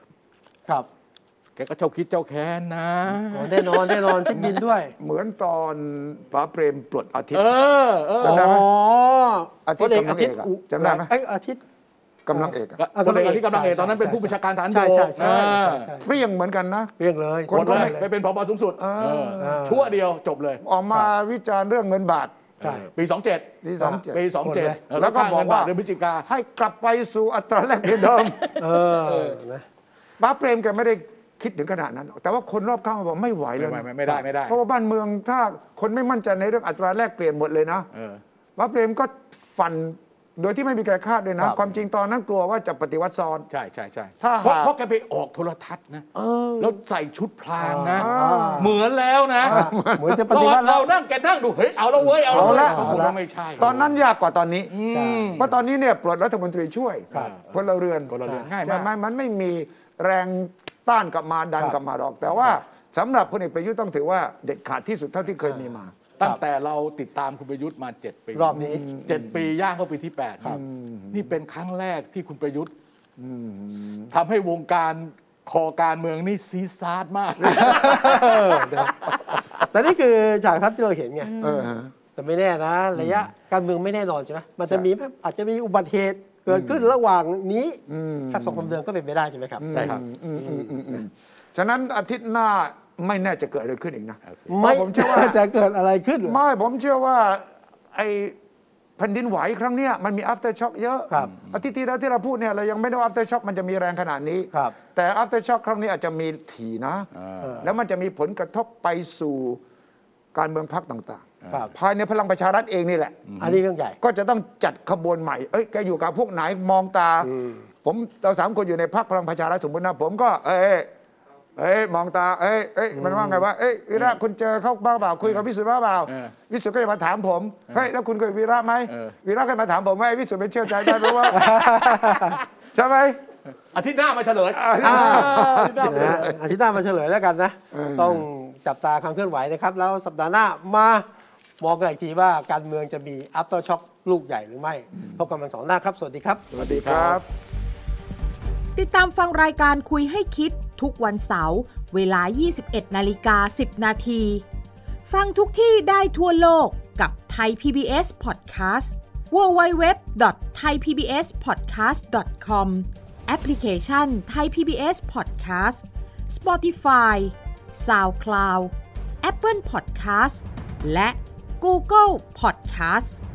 ก็เจ้าคิดเจ้าแค้นนะแน่นอนเช็คบินด้วยเหมือนตอนป๋าเปรมปลดอาทิตย์จำได้ไหมอาทิตย์กำลังเอกจำได้ไหมอาทิตย์กำลังเอกคนเอกที่กำลังเอกตอนนั้นเป็นผู้บัญชาการฐานบกเพี้ยงเหมือนกันนะเพี้ยงเลยคนเลยไปเป็นผบ.สูงสุดชั่วเดียวจบเลยออกมาวิจารณ์เรื่องเงินบาทปี27 แล้วก็บอกว่าเดือนพฤศจิกาให้กลับไปสู่อัตราแลกเปลี่ยนเดิมป๋าเปรมแกไม่ได้คิดถึงขนาดนั้นแต่ว่าคนรอบข้างบอกไม่ไหวเลยไม่ได้เพราะว่าบ้านเมืองถ้าคนไม่มั่นใจในเรื่องอัตราแลกเปลี่ยนหมดเลยนะป๋าเปรมก็ฟันโดยที่ไม่มีใครคาดเลยนะความจริงตอนนั้นกลัวว่าจะปฏิวัติซ้อนใช่เพราะแกไปออกโทรทัศน์นะแล้วใส่ชุดพรางนะเหมือนแล้วนะเหมือนจะปฏิวัติเรานั่งแกนั่งดูเฮ้ยเอาแล้วเว้ยเอาแล้วไม่ใช่ตอนนั้นยากกว่าตอนนี้เพราะตอนนี้เนี่ยปลดรัฐมนตรีช่วยพลเรือนง่ายมากมันไม่มีแรงต้านกลับมาดันกลับมาหรอกแต่ว่าสำหรับพลเอกประยุทธ์ต้องถือว่าเด็ดขาดที่สุดเท่าที่เคยมีมาตั้งแต่เราติดตามคุณประยุทธ์มา7 ปีรอบนี้ 7 ปีย่างเข้าปีที่8นี่เป็นครั้งแรกที่คุณประยุทธ์ทำให้วงการคอการเมืองนี่ซีซาร์มากแต่นี่คือฉากทัศน์ที่เราเห็นไงแต่ไม่แน่นะระยะการเมืองไม่แน่นอนใช่ไหมมันจะมีอาจจะมีอุบัติเหตุเกิดขึ้นระหว่างนี้สัก2-3 เดือนก็เป็นไปได้ใช่ไหมครับใช่ครับฉะนั้นอาทิตย์หน้าไม่แน่จะเกิดอะไรขึ้นอีกนะผมเชื่อว่าจะเกิดอะไรขึ้นไม่ผมเชื่อว่าไอ้แผ่นดินไหวครั้งนี้มันมี after shock เยอะอาทิตย์ที่แล้วที่เราพูดเนี่ยเรายังไม่ได้ after shock มันจะมีแรงขนาดนี้แต่ after shock ครั้งนี้อาจจะมีถี่นะแล้วมันจะมีผลกระทบไปสู่การเมืองพรรคต่างๆภายในพลังประชารัฐเองนี่แหละอันนี้เรื่องใหญ่ก็จะต้องจัดขบวนใหม่แกอยู่กับพวกไหนมองตาเรา3 คนอยู่ในพรรคพลังประชารัฐสมมตินะผมก็มองตามันว่าไงวะวีระคุณเจอเขาบ้างเปล่าคุยกับวิสุทธิ์บ้างเปล่าวิสุทธิ์ก็จะมาถามผมแล้วคุณเคยวีระไหมวีระก็มาถามผมว่าวิสุทธิ์เป็นเชี่ยวชาญได้เพราะว่าใช่ไหมอาทิตย์หน้ามาเฉลยอาทิตย์หน้ามาเฉลยแล้วกันนะต้องจับตาความเคลื่อนไหวนะครับแล้วสัปดาห์หน้ามามองกันอีกทีว่าการเมืองจะมี after shock ลูกใหญ่หรือไม่พบกันวันเสาร์หน้าครับสวัสดีครับสวัสดีครับติดตามฟังรายการคุยให้คิดทุกวันเสาร์เวลา 21:10 นาทีฟังทุกที่ได้ทั่วโลกกับ Thai PBS Podcast www.thaipbspodcast.com แอปพลิเคชัน Thai PBS Podcast Spotify, SoundCloud, Apple Podcast และ Google Podcast